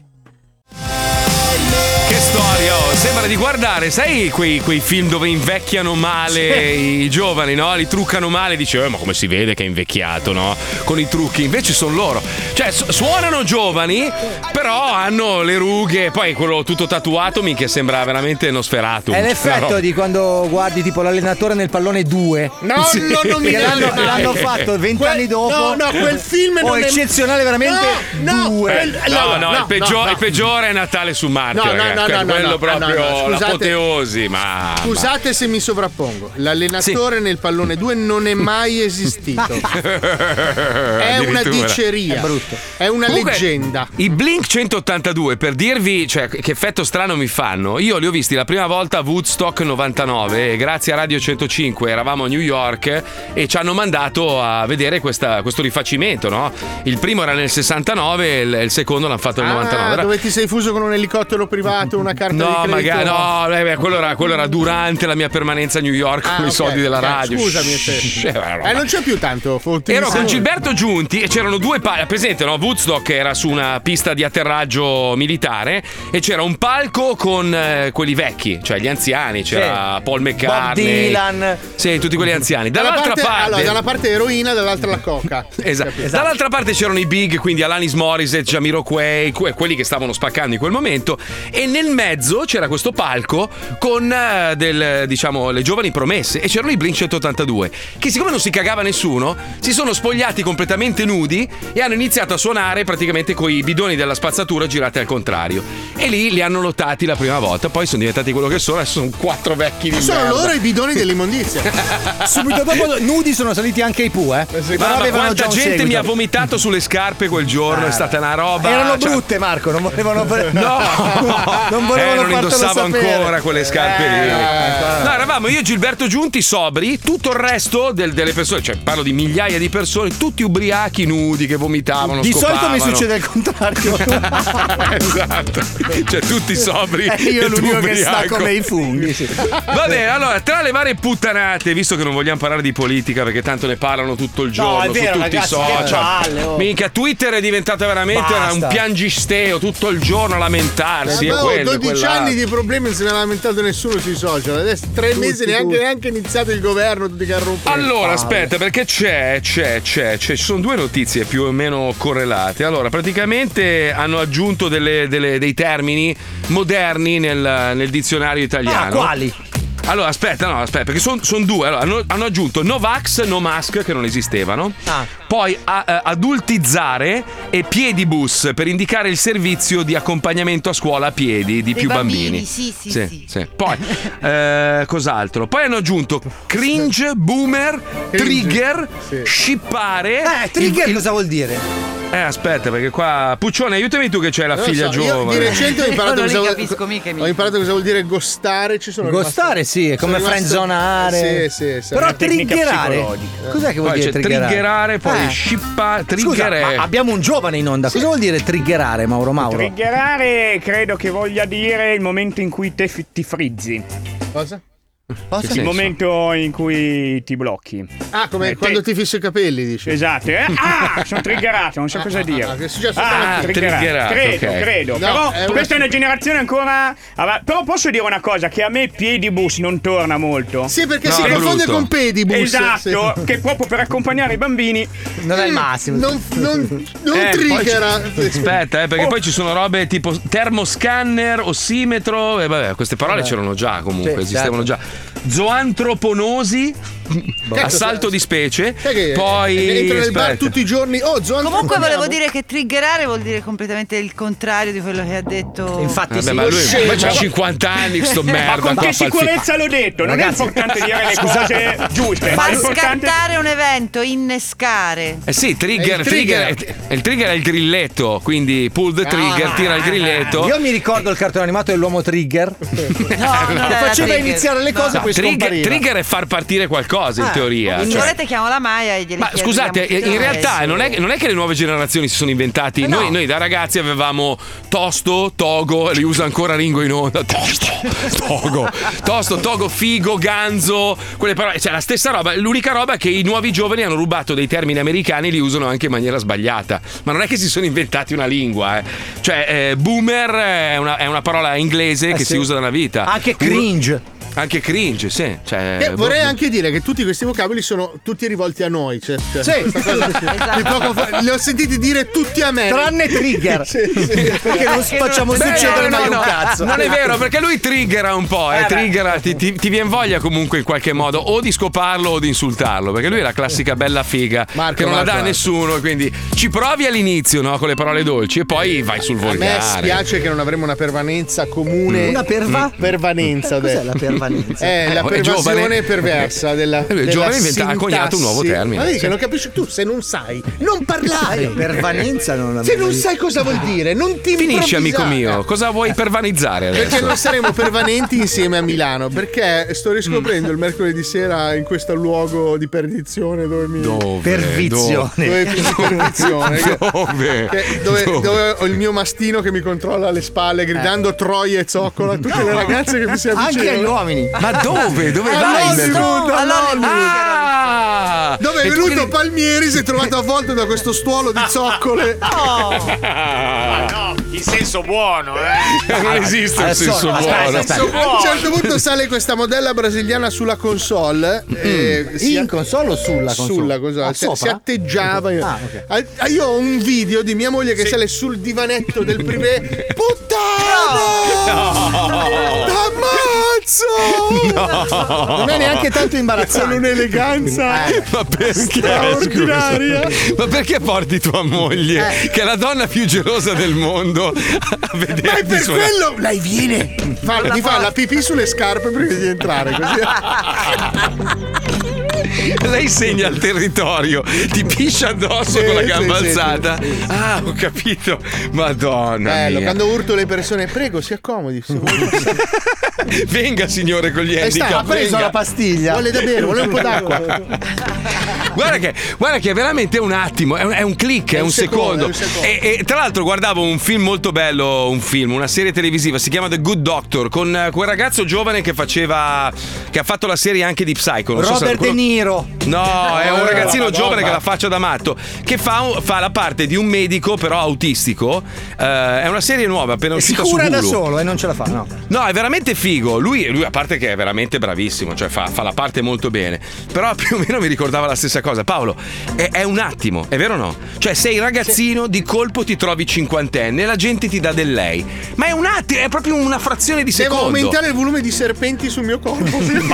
Che storia, sembra di guardare, sai quei film dove invecchiano male i giovani, no? Li truccano male, dice, ma come si vede che è invecchiato, no? Con i trucchi, invece sono loro. Cioè, suonano giovani, però hanno le rughe, poi quello tutto tatuato, minchia, sembra veramente Nosferatu. È l'effetto di quando guardi tipo l'allenatore nel pallone 2. No, non mi l'hanno fatto 20 anni dopo. No, quel film non è eccezionale veramente. No, il peggiore è Natale su Marte, ragazzi. Quello proprio l'apoteosi, ma scusate se mi sovrappongo. L'allenatore nel pallone 2 non è mai esistito. È una diceria. È brutto. È una leggenda. I Blink 182, per dirvi, cioè, che effetto strano mi fanno. Io li ho visti la prima volta a Woodstock 99 e grazie a Radio 105 eravamo a New York e ci hanno mandato a vedere questo rifacimento, no? Il primo era nel 69 e il secondo l'hanno fatto nel 99. Dove ti sei fuso con un elicottero privato, una carta di credito? Magari quello era durante la mia permanenza a New York con i soldi della radio. Scusami, non c'è più tanto. Ero con Gilberto Giunti e c'erano due per esempio presente, no? Woodstock era su una pista di atterraggio militare e c'era un palco con quelli vecchi, cioè gli anziani, c'era Paul McCartney, Bob Dylan. Sì, tutti quelli anziani. Dall'altra parte allora, da una parte eroina, dall'altra la coca. Esatto. Dall'altra parte c'erano i big, quindi Alanis Morissette, Jamiroquai, quelli che stavano spaccando in quel momento, e nel mezzo c'era questo palco con diciamo le giovani promesse, e c'erano i Blink 182 che, siccome non si cagava nessuno, si sono spogliati completamente nudi e hanno iniziato a suonare praticamente coi bidoni della spazzatura girati al contrario, e lì li hanno notati la prima volta, poi sono diventati quello che sono, adesso sono 4 vecchi di sono merda. loro i bidoni dell'immondizia. Subito dopo nudi sono saliti anche i Pooh, Ma quanta gente mi ha vomitato sulle scarpe quel giorno, è stata una roba. Erano brutte, Marco, non volevano no, non volevano non indossavo ancora quelle scarpe lì. No, eravamo io e Gilberto Giunti sobri, tutto il resto delle persone, cioè parlo di migliaia di persone, tutti ubriachi, nudi, che vomitavano, di scopavano. solito mi succede il contrario. Esatto, cioè tutti sobri. Io e tu l'unico che ubriaco. sta come i funghi. Sì. Va bene, allora, tra le varie puttanate, visto che non vogliamo parlare di politica perché tanto ne parlano tutto il giorno, è vero, su tutti ragazzi, i social. Minchia, Twitter è diventata veramente un piangisteo tutto il giorno a lamentarsi. 12 anni di problemi, non se ne è lamentato nessuno sui social. Adesso 3 mesi neanche iniziato il governo, tutti che rompono. Allora, aspetta, perché ci sono 2 notizie più o meno correlate. Allora, praticamente hanno aggiunto dei termini moderni nel dizionario italiano. Quali? Allora, aspetta, perché sono 2. Allora, hanno aggiunto Novax, No Mask, che non esistevano. Poi adultizzare e piedibus, per indicare il servizio di accompagnamento a scuola a piedi di più bambini. Sì. Poi, cos'altro? Poi hanno aggiunto cringe, boomer, trigger, shippare. Trigger cosa vuol dire? Aspetta, perché qua Puccione, aiutami tu che c'hai la figlia giovane. Io di recente ho imparato ho imparato cosa vuol dire ghostare. Ci sono ghostare, sì, è come friendzonare. Sì. Però triggerare. Cos'è che vuol dire triggerare? Poi shippa, triggerare. Scusa, ma abbiamo un giovane in onda. Cosa vuol dire triggerare, Mauro? Triggerare credo che voglia dire il momento in cui te ti frizzi. Cosa? Il momento in cui ti blocchi. Come quando ti fisso i capelli, dici. Esatto. Sono triggerato, non so cosa dire. Che è successo triggerato. Credo. No, però questa è una generazione ancora. Però posso dire una cosa: che a me Pedibus non torna molto. Sì, perché si confonde con Pedibus. Esatto, che proprio per accompagnare i bambini non è il massimo. Non triggera. Aspetta, perché poi ci sono robe tipo termoscanner, ossimetro. Vabbè, queste parole c'erano già comunque, esistevano già. Zoantroponosi, assalto di specie. Poi entro nel bar tutti i giorni. Comunque volevo dire che triggerare vuol dire completamente il contrario di quello che ha detto. Infatti ma lui c'ha 50 anni sto merda. Ma con che sicurezza l'ho detto? Non è importante dire le cose giuste. Far scattare un evento, innescare. Sì, trigger. Il trigger è il grilletto, quindi pull the trigger, tira il grilletto. Io mi ricordo il cartone animato dell'uomo Trigger. No, che faceva iniziare le cose, poi scompariva. Trigger è far partire qualcosa in teoria. Se volete chiamo la Maia e glieli Ma scusate, in realtà non è che le nuove generazioni si sono inventati. Noi da ragazzi avevamo tosto, togo, li usa ancora Ringo in onda. Tosto, togo, figo, ganzo, quelle parole, cioè la stessa roba. L'unica roba è che i nuovi giovani hanno rubato dei termini americani e li usano anche in maniera sbagliata. Ma non è che si sono inventati una lingua, Cioè, boomer è una parola inglese che si usa da una vita. Anche cringe. Anche cringe, sì. Cioè, vorrei anche dire che tutti questi vocaboli sono tutti rivolti a noi. Sì. Li ho sentiti dire tutti a me. Tranne trigger. Perché non facciamo succedere mai un cazzo. Non è vero, perché lui triggera un po'. Triggera, ti viene voglia comunque in qualche modo o di scoparlo o di insultarlo. Perché lui è la classica bella figa che non la dà a nessuno. Quindi ci provi all'inizio, no? Con le parole dolci e poi vai sul volgare. A me spiace che non avremo una permanenza comune. Una pervanenza. Cos'è la pervanenza? È la pervasione perversa della giovane ha coniato un nuovo termine. Ma vedi che non capisci tu, se non sai, non parlare. Pervanenza non se non sai cosa vuol dire, non ti finisci, amico mio. Cosa vuoi pervanizzare adesso? Perché non saremo permanenti insieme a Milano. Perché sto riscoprendo il mercoledì sera in questo luogo di perdizione dove mi. Perdizione. Dove ho il mio mastino che mi controlla alle spalle, gridando troie e zoccola a tutte le ragazze che mi si avvicinano. Anche agli uomini. Ma dove? Dove vai? All'Hollywood. Ah! Dove è venuto Palmieri, si è trovato avvolto da questo stuolo di zoccole. Ma no, in senso buono, Non esiste il senso buono. A un certo punto sale questa modella brasiliana sulla console. In console o sulla console? Sulla console. Si atteggiava. Okay. Io ho un video di mia moglie che sale sul divanetto del privé. Puttana! T'ammazzo! Non è neanche tanto imbarazzante. Con un'eleganza Ma perché? straordinaria. Ma perché porti tua moglie, che è la donna più gelosa del mondo, a vedere? Ma è per quello lei viene. Ti fa la pipì sulle scarpe prima di entrare, così. Lei segna il territorio, ti piscia addosso con la gamba alzata. Ah, ho capito. Madonna Bello, mia. quando urto le persone, prego, si accomodi. Se vuole Venga, signore con gli handicap. Ha preso la pastiglia. Vuole da bere, vuole un po' d'acqua. Guarda che è veramente un attimo, è un click, è un secondo. E tra l'altro guardavo un film molto bello, una serie televisiva, si chiama The Good Doctor, con quel ragazzo giovane che ha fatto la serie anche di Psycho. Non so se Robert De Niro. No, è un ragazzino giovane che ha la faccia da matto, che fa la parte di un medico però autistico. È una serie nuova, appena uscita su Hulu. Si cura da solo e non ce la fa, no? No, è veramente figo. Lui a parte che è veramente bravissimo, cioè fa la parte molto bene. Però più o meno mi ricordava la stessa cosa. Paolo, è un attimo, è vero o no? Cioè sei ragazzino, di colpo ti trovi cinquantenne e la gente ti dà del lei. Ma è un attimo, è proprio una frazione di secondo. Devo aumentare il volume di serpenti sul mio corpo. Ma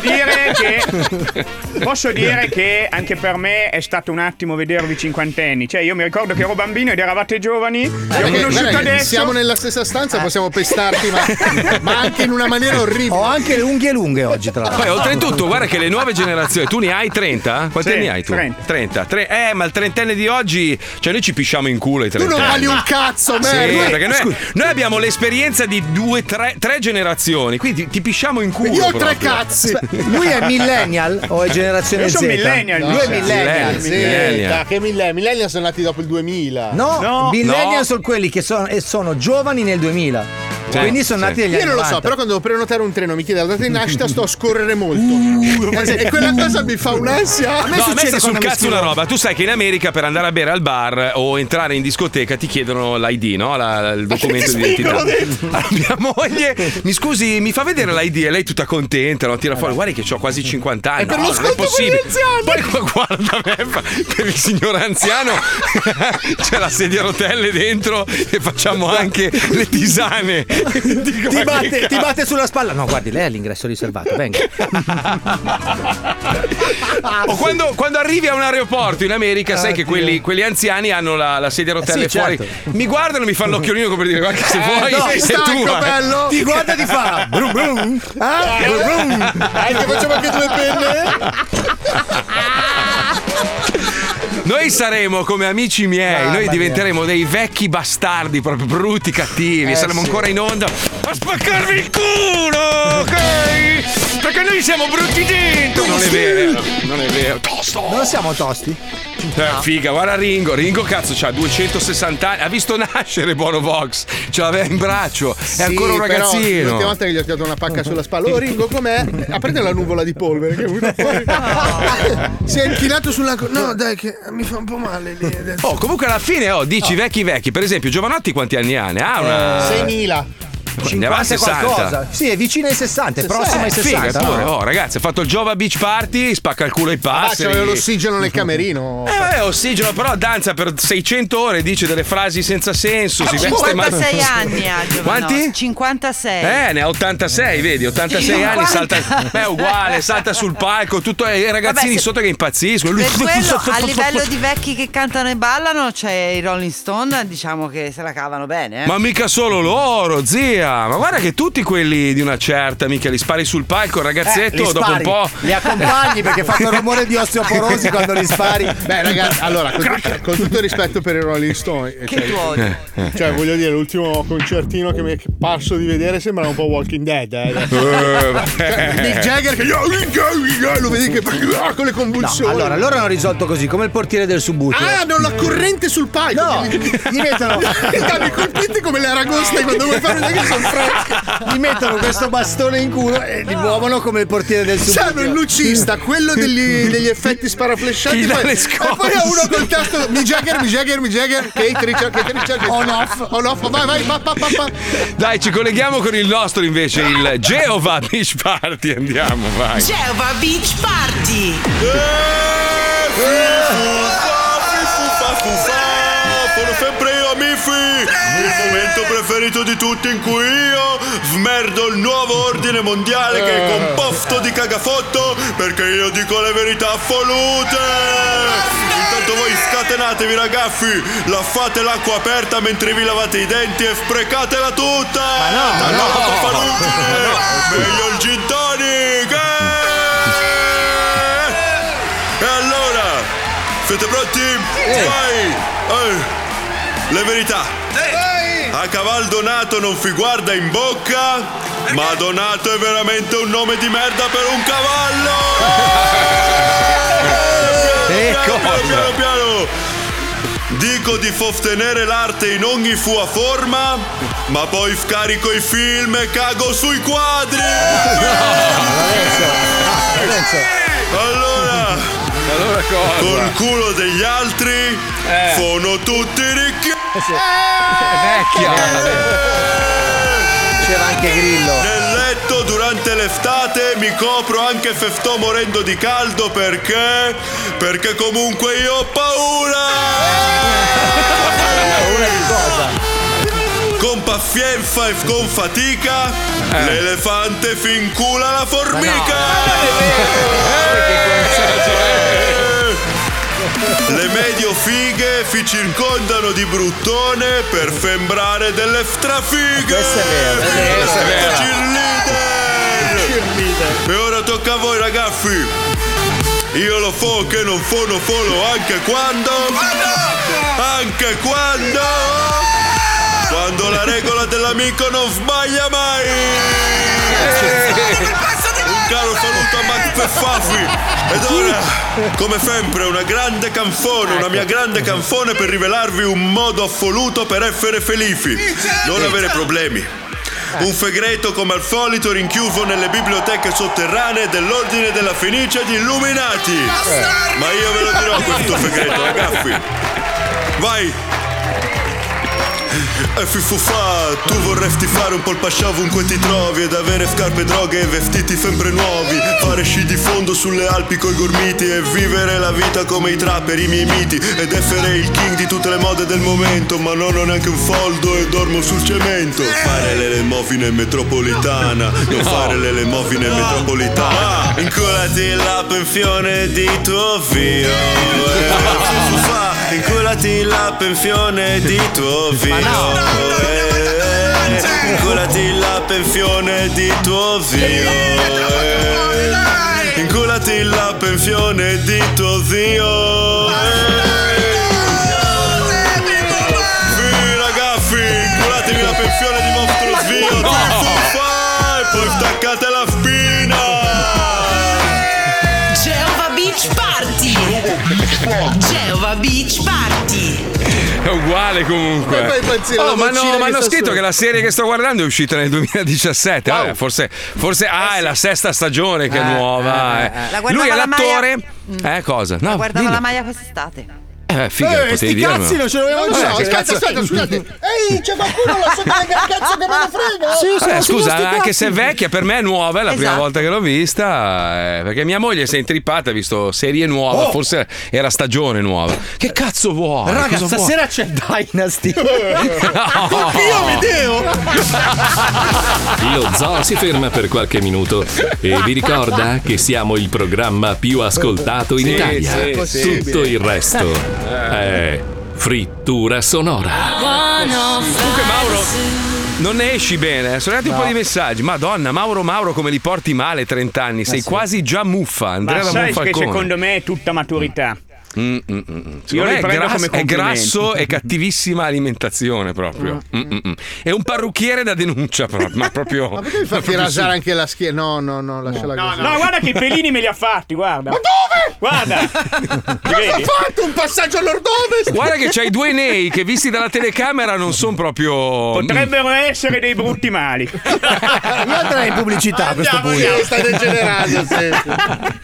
posso dire che anche per me è stato un attimo vedervi cinquantenni. Cioè io mi ricordo che ero bambino ed eravate giovani. Vi ho conosciuto adesso. Siamo nella stessa stanza, possiamo pestarti, ma anche in una maniera orribile. Ho anche le unghie lunghe oggi, tra l'altro. Poi oltretutto, guarda che le nuove generazioni, tu ne hai 30? Quanti anni hai tu? 30. Ma il trentenne di oggi, cioè noi ci pisciamo in culo i Tu trentenni. non vali un cazzo, Sì, merda. perché noi abbiamo l'esperienza di 2-3 generazioni, quindi ti pisciamo in culo. Io ho proprio. 3 cazzi. Lui è millennial o è generazione Io Z? sono millennial. Lui è millennial. Millennial. Che millennial sono nati dopo il 2000. No, millennial sono quelli che sono giovani nel 2000. Quindi sono nati negli anni 90. Io non lo so, però quando devo prenotare un treno mi chiede la data di nascita, sto a scorrere molto. E quella cosa mi fa un'ansia. A me sta sul cazzo una roba. Tu sai che in America per andare a bere al bar o entrare in discoteca ti chiedono l'ID, no? Il documento di identità. Allora, mia moglie, mi scusi, mi fa vedere l'ID e lei tutta contenta, no? Tira fuori, guardi che ho quasi 50 anni. per No, lo non è sconto possibile. per gli Poi guarda me, per il signore anziano c'è la sedia a rotelle dentro e facciamo anche le tisane. Dico, Ti batte sulla spalla. No, guardi, lei ha l'ingresso riservato, venga. O quando arrivi a un aeroporto in America, sai che quelli anziani hanno la sedia a rotelle sì, fuori. certo. Mi guardano, mi fanno l'occhiolino come per dire guarda che se vuoi no, sei stanco, tua. bello. Ti guarda e ti fa brum brum. Che facciamo anche 2 penne? Noi saremo come amici miei, noi diventeremo dei vecchi bastardi, proprio brutti, cattivi, saremo ancora in onda a spaccarvi il culo, ok? Perché noi siamo brutti dentro. Non è vero. Tosto. Non siamo tosti? Figa, guarda Ringo cazzo c'ha 260 anni, ha visto nascere Bono Vox, ce l'aveva in braccio, è ancora un ragazzino. L'ultima volta che gli ho tirato una pacca sulla spalla, oh Ringo com'è? Aprite la nuvola di polvere che è venuta fuori. Si è inchinato sulla. No dai che mi fa un po' male lì adesso. Oh, comunque alla fine dici vecchi, per esempio Giovanotti quanti anni ha? Ne ha una 6.000. Ne va a 60. Qualcosa. Sì, è vicino ai 60, è prossimo ai 60. Figa, pure. Oh, ragazzi, ha fatto il Jova Beach Party, spacca il culo ai passeri. C'aveva l'ossigeno nel camerino. Ossigeno, però danza per 600 ore, dice delle frasi senza senso. Si 56 anni ha Giovanotti. Quanti? 56. Ne ha 86, vedi, 86 anni, salta. È uguale, salta sul palco, tutto i ragazzini sotto che impazziscono. Lui Per quello, a livello di vecchi che cantano e ballano, c'è i Rolling Stone, diciamo che se la cavano bene. Ma mica solo loro, zia. Ma guarda che tutti quelli di una certa, mica li spari sul palco, il ragazzetto dopo un po'. Li accompagni perché fanno il rumore di osteoporosi quando li spari. Beh, ragazzi, allora, con tutto il rispetto per i Rolling Stone, che tu odi. Cioè, voglio dire, l'ultimo concertino che mi è parso di vedere sembrava un po' Walking Dead. Mick Jagger che lo vedi che con le convulsioni. No, allora, loro hanno risolto così, come il portiere del subuteo. Hanno la corrente sul palco. No, gli mettono i colpiti come le aragoste quando vuoi fare una sono fresche. Gli mettono questo bastone in culo e li muovono come il portiere del super. Sanno il lucista, quello degli effetti sparaflescianti. E poi ha uno col tasto mi Jagger, Kate Richard. On off, vai, pa. Dai, ci colleghiamo con il nostro invece, il Geova Beach Party. Andiamo, vai. Geova Beach Party. Sono sempre io, amici! Il momento preferito di tutti in cui io smerdo il nuovo ordine mondiale che è composto di cagafotto perché io dico le verità assolute! Intanto voi scatenatevi ragazzi, lavate l'acqua aperta mentre vi lavate i denti e sprecatela tutta! Ma no! Meglio il gin tonic! E allora, siete pronti? Vai! Le verità. A caval Donato non si guarda in bocca, ma Donato è veramente un nome di merda per un cavallo. Piano. Dico di sostenere l'arte in ogni sua forma, ma poi scarico i film e cago sui quadri. Allora cosa? Col culo degli altri sono tutti ricchi. Vecchia. C'era anche Grillo. Nel letto durante l'estate mi copro anche se sto morendo di caldo perché comunque io ho paura. Paura di cosa? Con pazienza e con fatica l'elefante si incula la formica. Le medio fighe si circondano di bruttone per sembrare delle strafighe. Questo è vero. Cheerleader. E ora tocca a voi ragazzi. Io lo so che non sono solo anche quando la regola dell'amico non sbaglia mai. Un caro saluto a Max Peffafi. Ed ora, come sempre, una mia grande canzone per rivelarvi un modo assoluto per essere felici. Non avere problemi. Un segreto come al solito rinchiuso nelle biblioteche sotterranee dell'Ordine della Fenice di Illuminati. Ma io ve lo dirò questo segreto, ragazzi. Vai! E Fifufà, tu vorresti fare un po' il pascià ovunque ti trovi ed avere scarpe, droghe e vestiti sempre nuovi, fare sci di fondo sulle Alpi coi gormiti e vivere la vita come i trapper, i miei miti, ed essere il king di tutte le mode del momento, ma non ho neanche un foldo e dormo sul cemento. Fare l'elemosina in metropolitana, non fare l'elemosina in metropolitana. Inculati la pensione di tuo zio. Fifufà, inculati la pensione di tuo zio. Inculati la pensione di tuo zio. Inculati la pensione di tuo zio. Sì ragazzi, inculatevi la pensione di vostro zio. E poi staccate la spina. Geova Beach Party. Geova Beach Party. È uguale comunque. Ma hanno scritto che la serie che sto guardando è uscita nel 2017. Vabbè, forse è la sesta stagione che è nuova. Lui è l'attore. Cosa? No, guardavo la maglia quest'estate. Figa, potevi dire. Cazzi, non ce l'avevamo già. Aspetta, scusate. Ehi, c'è qualcuno là sotto che cazzo che me ne frega? Scusa, anche se è vecchia, per me è nuova, è la prima volta che l'ho vista. Perché mia moglie si è intrippata, ha visto serie nuova, forse era stagione nuova. Che cazzo vuoi? Raga, stasera c'è Dynasty. Io Medeo. Lo Zoo si ferma per qualche minuto e vi ricorda che siamo il programma più ascoltato in Italia. Tutto il resto è frittura sonora. Comunque Mauro, non ne esci bene. Sono arrivati un po' di messaggi. Madonna, Mauro, come li porti male 30 anni? Sei quasi già muffa. Andrea Ma sai Monfalcone. che secondo me è tutta maturità. Secondo me è grasso e cattivissima alimentazione proprio. È un parrucchiere da denuncia ma proprio. Ma potevi farti rasare anche la schiena? No, lasciala così. No, guarda che i pelini me li ha fatti, guarda. Ma dove? Guarda. Cosa hai fatto? Un passaggio all'ordovest? Guarda che c'hai due nei che visti dalla telecamera non sono proprio. Potrebbero essere dei brutti mali. Io andrei in pubblicità a questo punto. Sta degenerando sempre.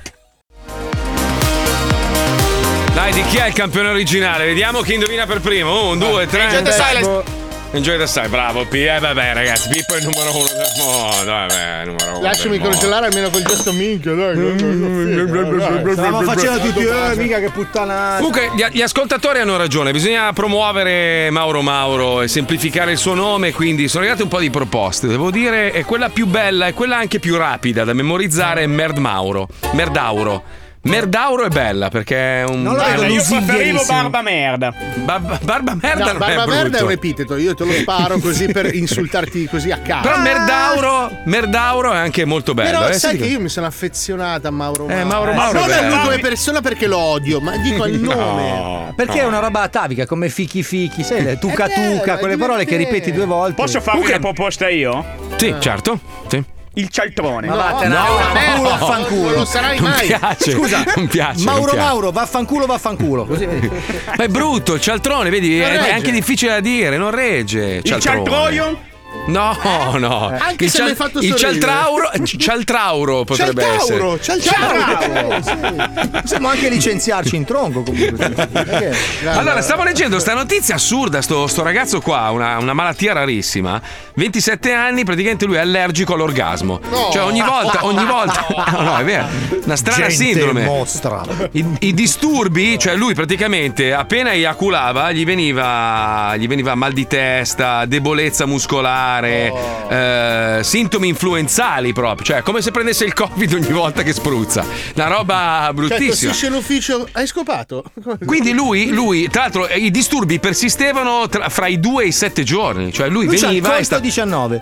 Dai, di chi è il campione originale? Vediamo chi indovina per primo. 1, 2, 3. Enjoy the silence, bravo P. Vabbè, ragazzi, Pippo è il numero 1 del mondo. Vabbè, numero 1. Lasciami congelare almeno col gesto minchia, dai. Stavamo facendo tutti, mica che puttanata. Comunque, gli ascoltatori hanno ragione. Bisogna promuovere Mauro e semplificare il suo nome. Quindi sono arrivate un po' di proposte. Devo dire, è quella più bella e quella anche più rapida da memorizzare. È Merdauro. Merdauro è bella perché è un. Non lo vedo io preferivo Barba Merda. Barba Merda non Barba è Merda è un brutto. epiteto, io te lo sparo così per insultarti così a caso. Però Merdauro è anche molto bello. Però sai che io mi sono affezionata a Mauro. Mauro non è a lui bello. come persona perché lo odio, ma dico il nome. No. Perché è una roba atavica, come fichi, sai, le tuca, quelle parole che ripeti 2 volte. Posso farvi una proposta io? Sì, certo. Sì. Il cialtrone. No, vaffanculo, vaffanculo. Non lo sarai mai. Piace. Scusa, non piace. Mauro, vaffanculo. Così vedi. Ma è brutto, il cialtrone, vedi, è anche difficile da dire, non regge. Il cialtroio? No. Anche se mi hai fatto il sorridere. cialtrauro potrebbe essere. Possiamo anche licenziarci in tronco comunque. Allora, stavo leggendo sta notizia assurda, sto ragazzo qua, una malattia rarissima, 27 anni, praticamente lui è allergico all'orgasmo. Cioè ogni volta no, è vero, una strana sindrome. Mostra. I disturbi, cioè lui praticamente appena eiaculava gli veniva mal di testa, debolezza muscolare, sintomi influenzali proprio, cioè come se prendesse il Covid ogni volta che spruzza, una roba bruttissima. Cioè, tossisce l'ufficio, hai scopato? Quindi lui tra l'altro i disturbi persistevano fra i 2 e i 7 giorni, cioè lui veniva e 19.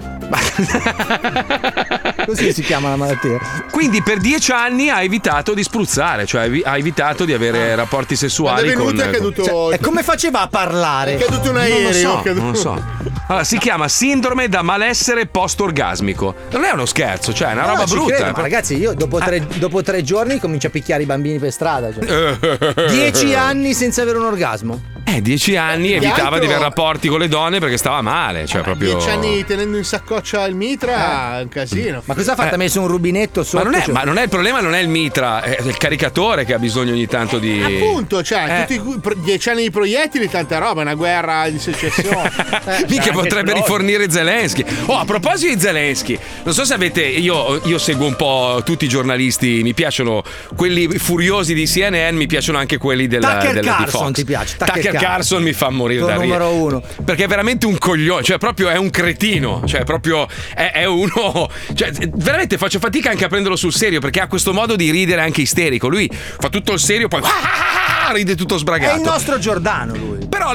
Così si chiama la malattia. Quindi per 10 anni ha evitato di spruzzare, cioè ha evitato di avere rapporti sessuali con. È caduto. Cioè, e come faceva a parlare? È caduto un aereo. Non lo so. Allora, si chiama sindrome da malessere post-orgasmico. Non è uno scherzo, cioè è una roba brutta. Credo, ma ragazzi, io dopo 3 giorni comincio a picchiare i bambini per strada. Cioè. 10 anni senza avere un orgasmo. 10 anni evitava di avere rapporti con le donne perché stava male. Cioè, proprio. 10 anni tenendo in saccoccia il mitra è un casino. Ma cosa ha fatto? Ha messo un rubinetto sotto? Ma non è il problema, non è il mitra, è il caricatore che ha bisogno ogni tanto di. Appunto, cioè, tutti 10 anni di proiettili, tanta roba, è una guerra di secessione. Mica potrebbe rifornire Zelensky. A proposito di Zelensky, non so se avete. Io seguo un po' tutti i giornalisti, mi piacciono quelli furiosi di CNN, mi piacciono anche quelli di Carson, Fox. ti piace? Tucker Carson mi fa morire da ridere. Numero 1. Perché è veramente un coglione, cioè proprio è un cretino, cioè proprio è uno, cioè veramente faccio fatica anche a prenderlo sul serio perché ha questo modo di ridere anche isterico. Lui fa tutto il serio, poi ride tutto sbragato. È il nostro Giordano lui. Però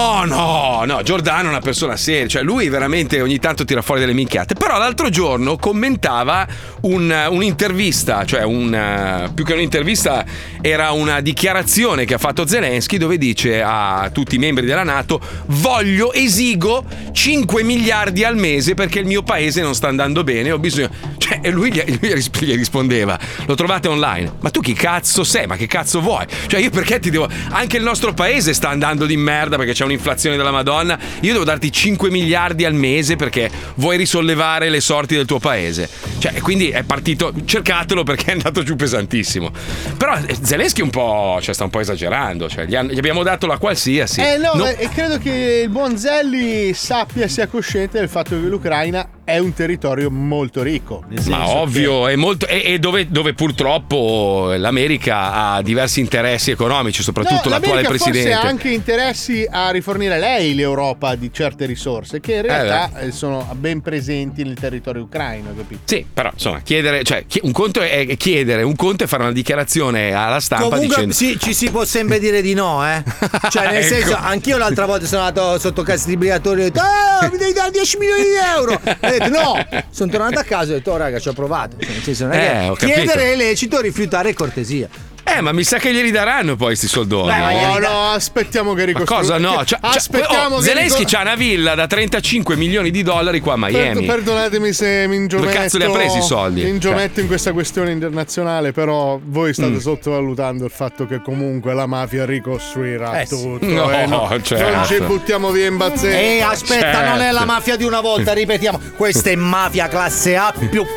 no, Giordano è una persona seria, cioè lui veramente ogni tanto tira fuori delle minchiate. Però l'altro giorno commentava un'intervista, cioè più che un'intervista era una dichiarazione che ha fatto Zelensky dove dice a tutti i membri della NATO: esigo 5 miliardi al mese perché il mio paese non sta andando bene, ho bisogno. Cioè, e lui gli rispondeva: lo trovate online, ma tu chi cazzo sei? Ma che cazzo vuoi? Cioè io perché ti devo. Anche il nostro paese sta andando di merda perché c'è un'inflazione della Madonna. Io devo darti 5 miliardi al mese perché vuoi risollevare le sorti del tuo paese. Cioè, quindi è partito. Cercatelo perché è andato giù pesantissimo. Però Zelensky un po'. Cioè, sta un po' esagerando. Cioè, gli abbiamo dato la qualsiasi. E credo che il buon Zelli sia cosciente del fatto che l'Ucraina è un territorio molto ricco. Ma ovvio, è molto. E dove purtroppo l'America ha diversi interessi economici, soprattutto l'attuale presidente. Forse ha anche interessi a rifornire lei l'Europa di certe risorse che in realtà sono ben presenti nel territorio ucraino, capito? Sì, però insomma, chiedere, cioè un conto è chiedere, un conto è fare una dichiarazione alla stampa. Comunque dicendo. sì, ci si può sempre dire di no, Cioè, nel senso, anch'io l'altra volta sono andato sotto casa di brigatori e ho detto: mi devi dare 10 milioni di euro. E ho detto no, sono tornato a casa e ho detto: raga, ci ho provato. Cioè, nel senso, non è che ho capito. chiedere è lecito, rifiutare è cortesia. Ma mi sa che glieli daranno poi sti soldoni. No, aspettiamo che ricostruisca. Cosa no? Aspettiamo che Zelensky c'ha una villa da 35 milioni di dollari qua a Miami. Perdonatemi se mi ingiometto. Dove cazzo li ha presi i soldi? Mi ingiometto in questa questione internazionale, però voi state sottovalutando il fatto che comunque la mafia ricostruirà tutto. Certo. Non ci buttiamo via in bazzetta. Aspetta, non è la mafia di una volta, ripetiamo. Questa è mafia classe A++.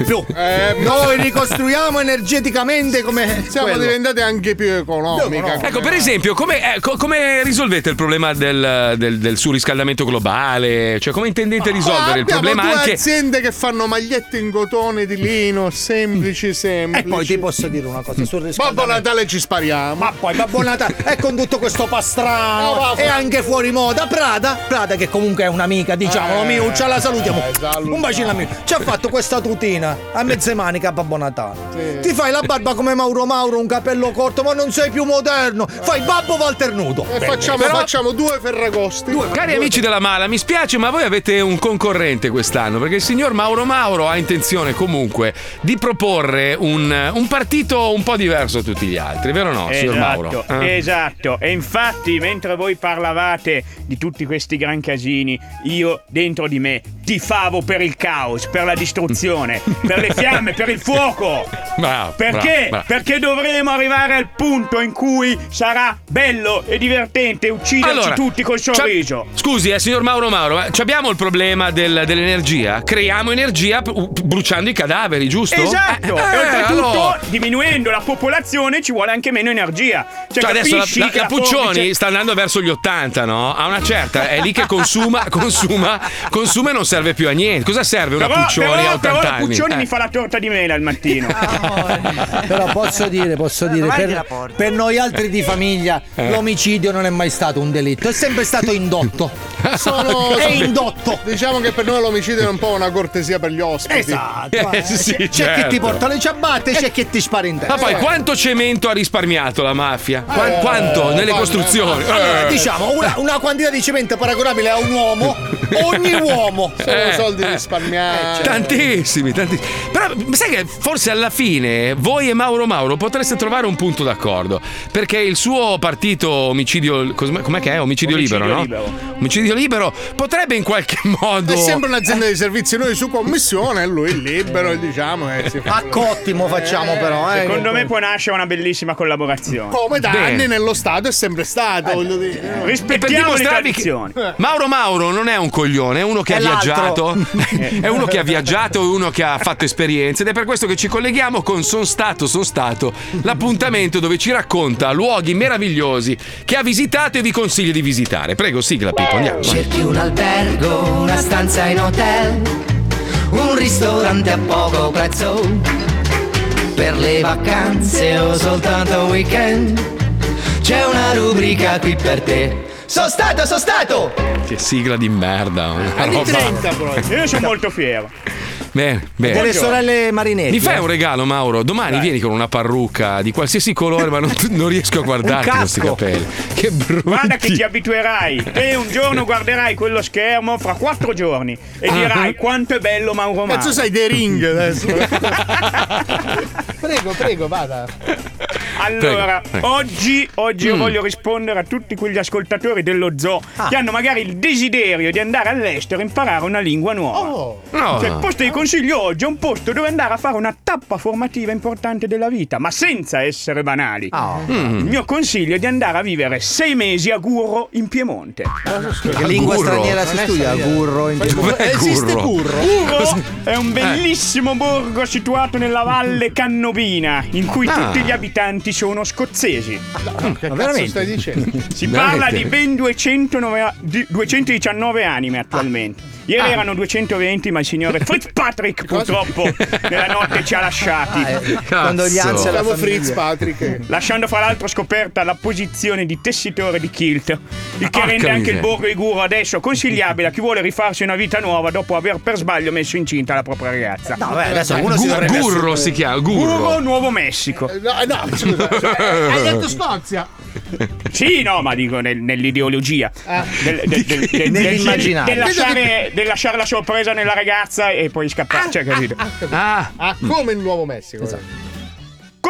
Noi ricostruiamo energeticamente come siamo diventati anche più economica. Ecco, per esempio, come risolvete il problema del surriscaldamento globale? Cioè, come intendete risolvere il problema due anche aziende che fanno magliette in cotone di lino, semplici. E poi ti posso dire una cosa sul riscaldamento. Babbo Natale ci spariamo. Ma poi Babbo Natale e con tutto questo pastrano e anche fuori moda Prada che comunque è un'amica, diciamolo, Miuccia, la salutiamo. Un bacino a Miuccia. Ci ha fatto questa tutina a mezze maniche a Babbo Natale. Ti fai la barba come Mauro, un capello corto, ma non sei più moderno. Fai Babbo Walter nudo. E facciamo 2 Ferragosti. Cari amici della Mala, mi spiace, ma voi avete un concorrente quest'anno, perché il signor Mauro ha intenzione comunque di proporre un partito un po' diverso da tutti gli altri, vero o no, signor Mauro? Esatto. E infatti, mentre voi parlavate di tutti questi gran casini, io dentro di me tifavo per il caos, per la distruzione, per le fiamme, per il fuoco. Perché? Perché dovremo arrivare al punto in cui sarà bello e divertente ucciderci tutti col sorriso. Scusi, signor Mauro, abbiamo il problema dell'energia. Creiamo energia bruciando i cadaveri, giusto? Esatto. E oltretutto, diminuendo la popolazione ci vuole anche meno energia. Cioè adesso la Puccioni sta andando verso gli 80, no? A una certa è lì che consuma e non serve più a niente. Cosa serve una Puccioni a 80 anni? Però la Puccioni mi fa la torta di mela al mattino. Però posso dire per noi altri di famiglia l'omicidio non è mai stato un delitto, è sempre stato indotto. È indotto. Diciamo che per noi l'omicidio è un po' una cortesia per gli ospiti. Esatto. Sì, c'è chi ti porta le ciabatte, c'è chi ti spara in testa. Ma poi quanto cemento ha risparmiato la mafia? Quanto nelle costruzioni? Allora, diciamo una quantità di cemento paragonabile a un uomo. Ogni uomo. Sono soldi risparmiati. Tantissimi. Però sai che forse alla fine voi e Mauro potreste trovare un punto d'accordo, perché il suo partito omicidio, com'è che è? Omicidio libero, no? Omicidio libero potrebbe in qualche modo. È sempre un'azienda di servizi, noi su commissione e lui libero, diciamo. A cottimo facciamo però. Secondo me può nascere una bellissima collaborazione. Come da anni nello Stato è sempre stato, voglio dire. Rispettiamo le tradizioni. Mauro non è un coglione, è uno che ha viaggiato. È uno che ha viaggiato, è uno che ha fatto esperienze, ed è per questo che ci colleghiamo con Son Stato, l'appuntamento dove ci racconta luoghi meravigliosi che ha visitato e vi consiglio di visitare. Prego, sigla Pippo, andiamo. Cerchi un albergo, una stanza in hotel, un ristorante a poco prezzo, per le vacanze o soltanto weekend, c'è una rubrica qui per te. Sono stato! Che sigla di merda. Anni 30 proprio. Io sono molto fiero. Bene. Delle sorelle Marinetti. Mi fai un regalo, Mauro? Domani vieni con una parrucca di qualsiasi colore, ma non riesco a guardarti questi capelli. Che brutti. Guarda che ti abituerai. Te un giorno guarderai quello schermo fra 4 giorni e dirai quanto è bello Mauro. Cazzo sai dei ring adesso. Prego, vada. Allora, prego. Oggi io voglio rispondere a tutti quegli ascoltatori dello zoo che hanno magari il desiderio di andare all'estero e imparare una lingua nuova. Cioè, il posto di consiglio oggi è un posto dove andare a fare una tappa formativa importante della vita, ma senza essere banali. Il mio consiglio è di andare a vivere 6 mesi a Gurro in Piemonte. Che lingua straniera si studia? Gurro in Piemonte. Esiste Gurro? Gurro è un bellissimo borgo situato nella Valle Cannobina, in cui tutti gli abitanti sono scozzesi. Che cazzo stai dicendo? Si parla di ben 219 anime attualmente. Ieri erano 220, ma il signore Fitzpatrick purtroppo nella notte ci ha lasciati. Condoglianze alla Fritz Patrick. Lasciando fra l'altro scoperta la posizione di tessitore di kilt, il che rende anche il borgo di Gurro adesso consigliabile a chi vuole rifarsi una vita nuova dopo aver per sbaglio messo incinta la propria ragazza. No, adesso uno si dovrebbe Gurro si chiama Gurro Nuovo Messico. No, scusa. Hai detto Scozia? Sì, no, ma dico nell'ideologia nell'immaginario del lasciare la sorpresa nella ragazza e poi scappare, cioè, capito? Come il Nuovo Messico. Esatto.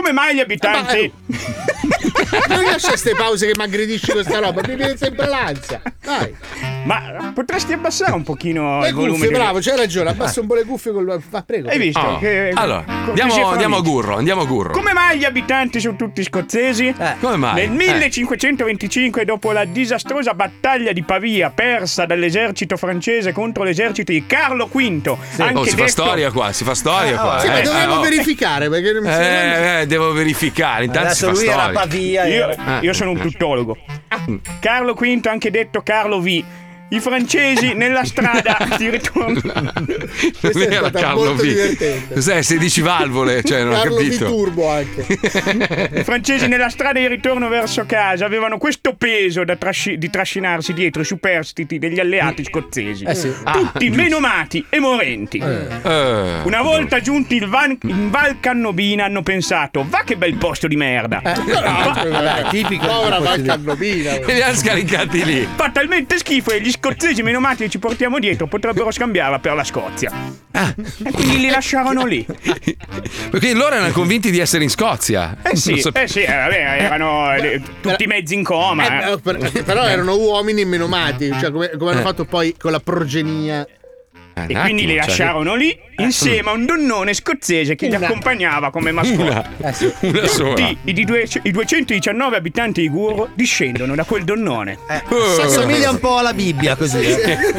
Come mai gli abitanti? Non lascia queste pause che mi aggredisci questa roba, mi viene sempre l'ansia. Dai. Ma potresti abbassare un pochino le il volume? Cuffie, bravo, c'hai ragione, abbassa un po' le cuffie prego. Hai visto? Oh. Allora, andiamo a Gurro. Come mai gli abitanti sono tutti scozzesi? Come mai? Nel 1525, dopo la disastrosa battaglia di Pavia persa dall'esercito francese contro l'esercito di Carlo V, si fa storia qua. Sì, ma dovevo verificare perché non mi devo verificare. Intanto si fa lui storia. era Pavia. Io sono un tuttologo. Carlo V, anche detto Carlo V. I francesi nella strada di ritorno. Non era Carlo V. divertente. Cos'è? 16 valvole, cioè non ho Carlo capito. V turbo anche. I francesi nella strada di ritorno verso casa avevano questo peso di trascinarsi dietro i superstiti degli alleati scozzesi. Tutti menomati e morenti. Una volta giunti in Val Cannobina hanno pensato: va che bel posto di merda. Tipico. Povera Val Cannobina. E li hanno scaricati lì. Fa talmente schifo e gli scozzesi menomati che ci portiamo dietro potrebbero scambiarla per la Scozia. E quindi li lasciarono lì. Perché loro erano convinti di essere in Scozia. Erano tutti mezzi in coma. Però erano uomini menomati, cioè come hanno fatto poi con la progenia. E quindi li lasciarono lì insieme a un donnone scozzese che li accompagnava come mascotte. Una sola. Tutti i 219 abitanti di Gurro discendono da quel donnone. Si assomiglia un po' alla Bibbia, così.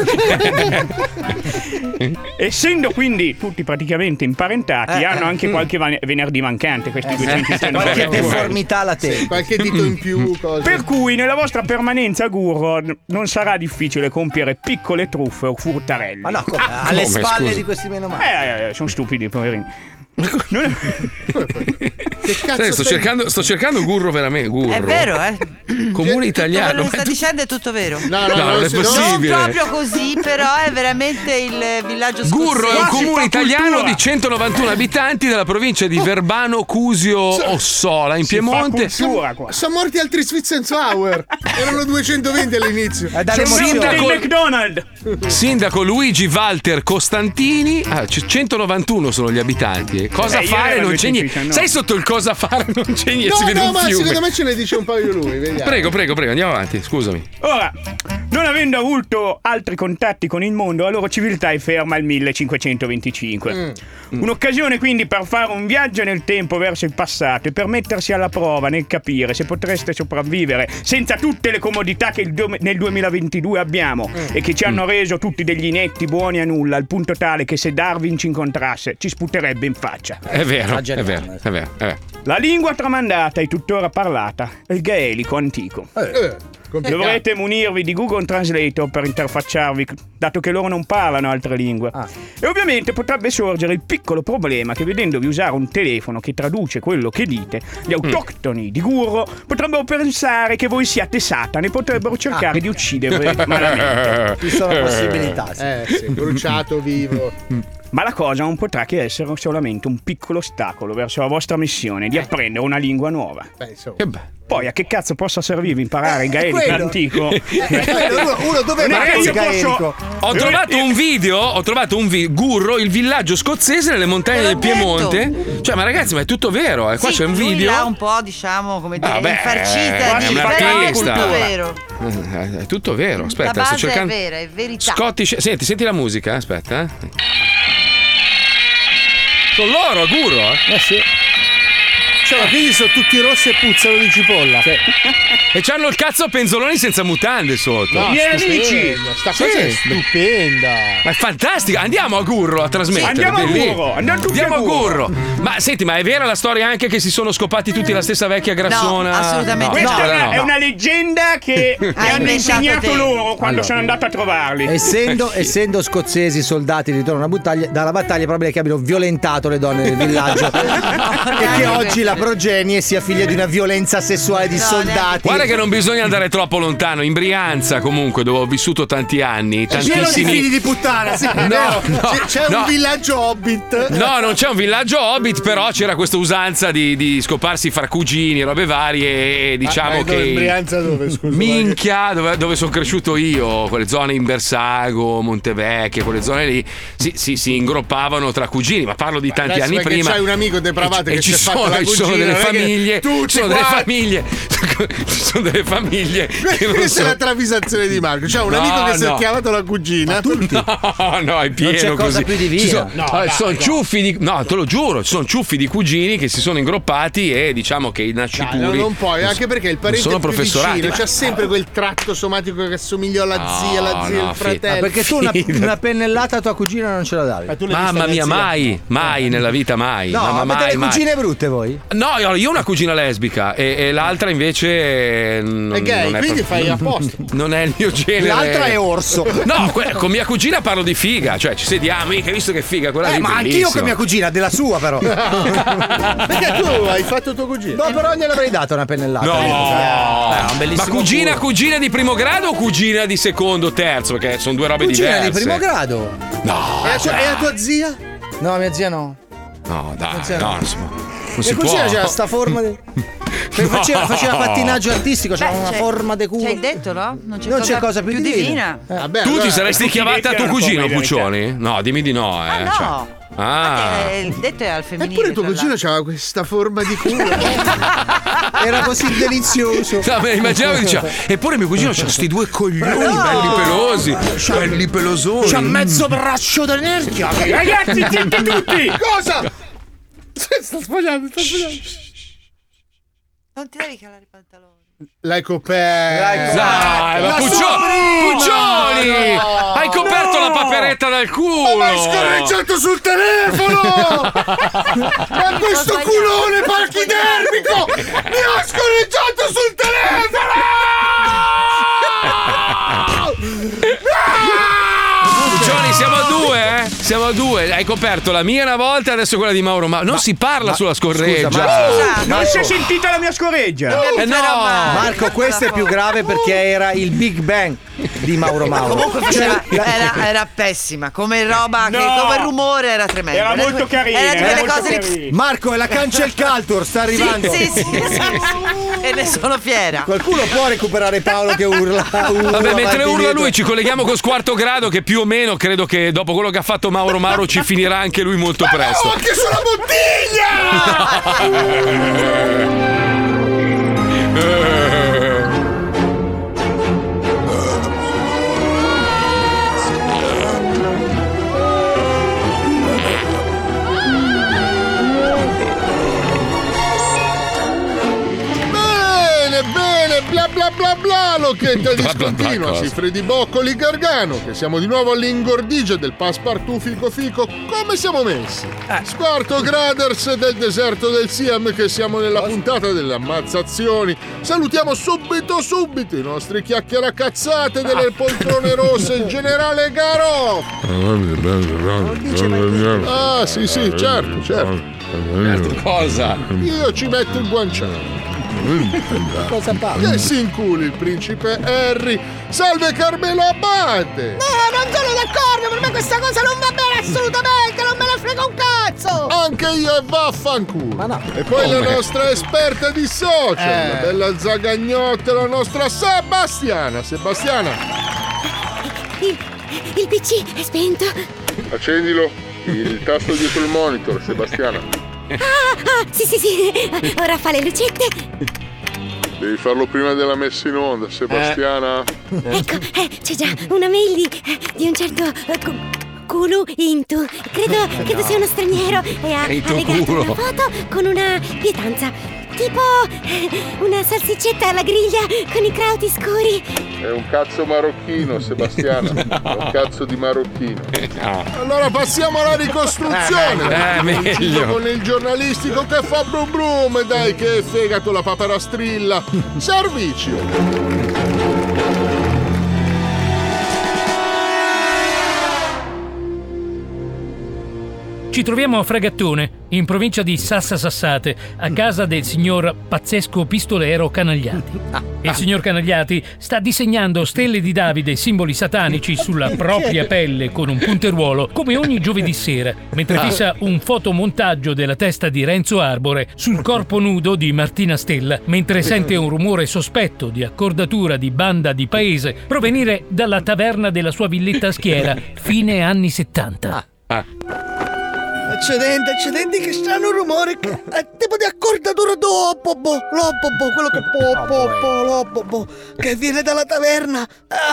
Essendo quindi tutti praticamente imparentati, hanno anche qualche venerdì mancante questi 219. Qualche deformità latente. Qualche dito in più. Per cui nella vostra permanenza a Gurro non sarà difficile compiere piccole truffe o furtarelli. Ma no, alle spalle di questi menomati. Sono stupidi, poverini. Sto cercando Gurro veramente. Gurro. È vero, Comune italiano. Quello che sta dicendo è tutto vero. No, non è possibile. Non proprio così, però è veramente il villaggio scozzese. Gurro è un comune italiano di 191 abitanti della provincia di Verbano, Cusio, Ossola, in Piemonte. Sono morti altri Spitzenauer. Erano 220 all'inizio. Sindaco Luigi Walter Costantini. 191 sono gli abitanti. Cosa fare? Non c'è niente. Sei sotto il cosa fare? Non c'è niente. Si vede un fiume. Secondo me ce ne dice un paio lui. Vediamo. Prego, andiamo avanti. Scusami. Ora, non avendo avuto altri contatti con il mondo, la loro civiltà è ferma al 1525. Un'occasione quindi per fare un viaggio nel tempo verso il passato e per mettersi alla prova nel capire se potreste sopravvivere senza tutte le comodità che nel 2022 abbiamo e che ci hanno reso tutti degli inetti buoni a nulla, al punto tale che se Darwin ci incontrasse ci sputerebbe in faccia. È vero. La lingua tramandata e tuttora parlata è il gaelico antico. Dovrete munirvi di Google Translator per interfacciarvi, dato che loro non parlano altre lingue. E ovviamente potrebbe sorgere il piccolo problema che, vedendovi usare un telefono che traduce quello che dite, gli autoctoni di Gurro potrebbero pensare che voi siate Satana e potrebbero cercare di uccidervi malamente. Ci sono possibilità. Bruciato vivo. Ma la cosa non potrà che essere solamente un piccolo ostacolo verso la vostra missione di apprendere una lingua nuova. Che bello. Poi a che cazzo possa servirvi imparare il gaelico antico? Uno dove Magari il gaelico? Ho trovato un video, Gurro, il villaggio scozzese nelle montagne del Piemonte. Cioè, ma ragazzi, ma è tutto vero, qua c'è un video. Là un po', diciamo, come dire, infarcita è di un'artista. vero. È tutto vero. Aspetta, la base sto cercando. È vera, è verità. Scottish. Senti la musica, aspetta. Sono loro a Gurro, sì. Cioè, ma quindi sono tutti rossi e puzzano di cipolla. Sì. E c'hanno il cazzo a penzoloni senza mutande sotto. No, amici! Sta cosa è stupenda. Ma è fantastica. Andiamo a Gurro a trasmettere. Andiamo a Gurro. Andiamo a Gurro. Ma senti, ma è vera la storia anche che si sono scopati tutti la stessa vecchia grassona? No, assolutamente no. Questa è una leggenda che hanno insegnato loro quando sono andato a trovarli. Essendo scozzesi soldati di ritorno dalla battaglia, è probabile che abbiano violentato le donne del villaggio e che oggi la progenie sia figlia di una violenza sessuale di soldati. Guarda che non bisogna andare troppo lontano. In Brianza, comunque, dove ho vissuto tanti anni, tantissimi figli di puttana. Sì, c'è un villaggio hobbit. No, non c'è un villaggio hobbit, però c'era questa usanza di scoparsi fra cugini, robe varie. E diciamo che in Brianza dove, scusa? Minchia, dove sono cresciuto io, quelle zone in Bersago, Montevecchia, quelle zone lì si ingroppavano tra cugini, ma parlo di tanti anni prima. C'hai un amico depravato che ci ha fatto la cugina sono delle famiglie. Ci sono delle famiglie. Che non Questa so. è la travisazione di Marco. C'è un amico che si è chiamato la cugina. No, è pieno c'è cosa così. più divina. Sono ciuffi di. No, te lo giuro, ci sono ciuffi di cugini che si sono ingroppati e diciamo che i nascituri. Non puoi, anche perché il parente sono più professorati. vicino c'ha sempre quel tratto somatico che assomiglia alla zia, il fratello. Perché tu una pennellata a tua cugina non ce la davi. Mamma mia, mai nella vita mai. No, Mamma, avete mai, le cugine brutte voi? No, io ho una cugina lesbica e l'altra invece È gay, quindi fai apposta. Non è il mio genere. L'altra è orso. No, con mia cugina parlo di figa, cioè ci sediamo, mica visto che figa quella lì. Ma anch'io con mia cugina, della sua però. Perché tu hai fatto tuo cugino? No, però gliel'avrei data una pennellata. Ma cugina di primo grado o cugina di secondo, terzo? Perché sono due robe Cugina diverse. di primo grado. No. E la tua zia? No, mia zia no. No, dai, zia no, no. non si può. Non Mia si cugina può. c'era sta forma di... Faceva pattinaggio artistico, c'era una forma de culo. Ci hai detto, no? Non c'è cosa più divina. Vabbè, Tu allora, ti saresti chiamata tuo cugino, come Puccioni? No, dimmi di no, No. Cioè. Ah. Il detto è al femminile. Eppure tuo tra cugino aveva questa forma di culo. Era così delizioso. No, me immaginavo che diceva, eppure mio cugino c'ha sti due coglioni belli pelosi, belli pelosoni. C'ha mezzo braccio d'energia. Ragazzi, zitti tutti! Cosa? Sta sbagliando. Non ti devi calare i pantaloni. L'hai coperto. Dai, ma Puccioni! Hai coperto la paperetta dal culo! Ma hai scorreggiato sul telefono! Ma questo culone pachidermico mi ha scorreggiato sul telefono! Puccioni, siamo a due, eh? Siamo a due. Hai coperto la mia una volta e adesso quella di Mauro. Ma non si parla sulla scorreggia. Non si è sentita la mia scorreggia? No! Marco, questo è più grave perché era il Big Bang di Mauro Mauro. Comunque era pessima, come roba, No. come rumore era tremendo. Era molto carina. Era di era quelle molto cose carina. Marco, è la Cancel Culture, sta arrivando. Sì. E ne sono fiera. Qualcuno può recuperare Paolo che urla. Vabbè, mentre urla dietro. lui ci colleghiamo con Squarto Grado che più o meno credo che dopo quello che ha fatto Mauro Mauro ci finirà anche lui molto presto. Anche sulla Bene, bla bla bla bla, l'occhietta discontinua, Sifredi Boccoli Gargano, che siamo di nuovo all'ingordigia del Passepartout Fico Fico, come siamo messi? Squarto Graders del deserto del Siam, che siamo nella puntata delle ammazzazioni, salutiamo subito i nostri chiacchieracazzate delle poltrone rosse, il generale Garo! Ah sì, certo. Cosa? Io ci metto il guanciale. Cosa parla? Che si inculi il principe Harry. Salve Carmelo Abate. No, non sono d'accordo, per me questa cosa non va bene assolutamente, non me ne frega un cazzo. Anche io e vaffanculo. Ma no. E poi Come? la nostra esperta di social, la bella Zagagnotta, la nostra Sebastiana. Il PC è spento. Accendilo. Il tasto dietro il monitor, Sebastiana. Sì. Ora fa le lucette. Devi farlo prima della messa in onda, Sebastiana. Ecco, c'è già una mail di un certo Kulu Intu. Credo sia uno straniero e ha legato una foto con una pietanza. Tipo una salsiccetta alla griglia con i crauti scuri. È un cazzo marocchino, Sebastiana. È un cazzo di marocchino. Allora passiamo alla ricostruzione. Meglio. Con il giornalistico che fa brum brum. Dai che fegato la paperastrilla. Servizio. Ci troviamo a Fragattone, in provincia di Sassa Sassate, a casa del signor pazzesco pistolero Canagliati. Il signor Canagliati sta disegnando stelle di Davide e simboli satanici sulla propria pelle con un punteruolo come ogni giovedì sera, mentre fissa un fotomontaggio della testa di Renzo Arbore sul corpo nudo di Martina Stella, mentre sente un rumore sospetto di accordatura di banda di paese provenire dalla taverna della sua villetta a Schiera, fine anni 70. Accidenti, che strano rumore. È tipo di accordatura d'obbobo. L'obbobo, quello che l'obbobo, che viene dalla taverna.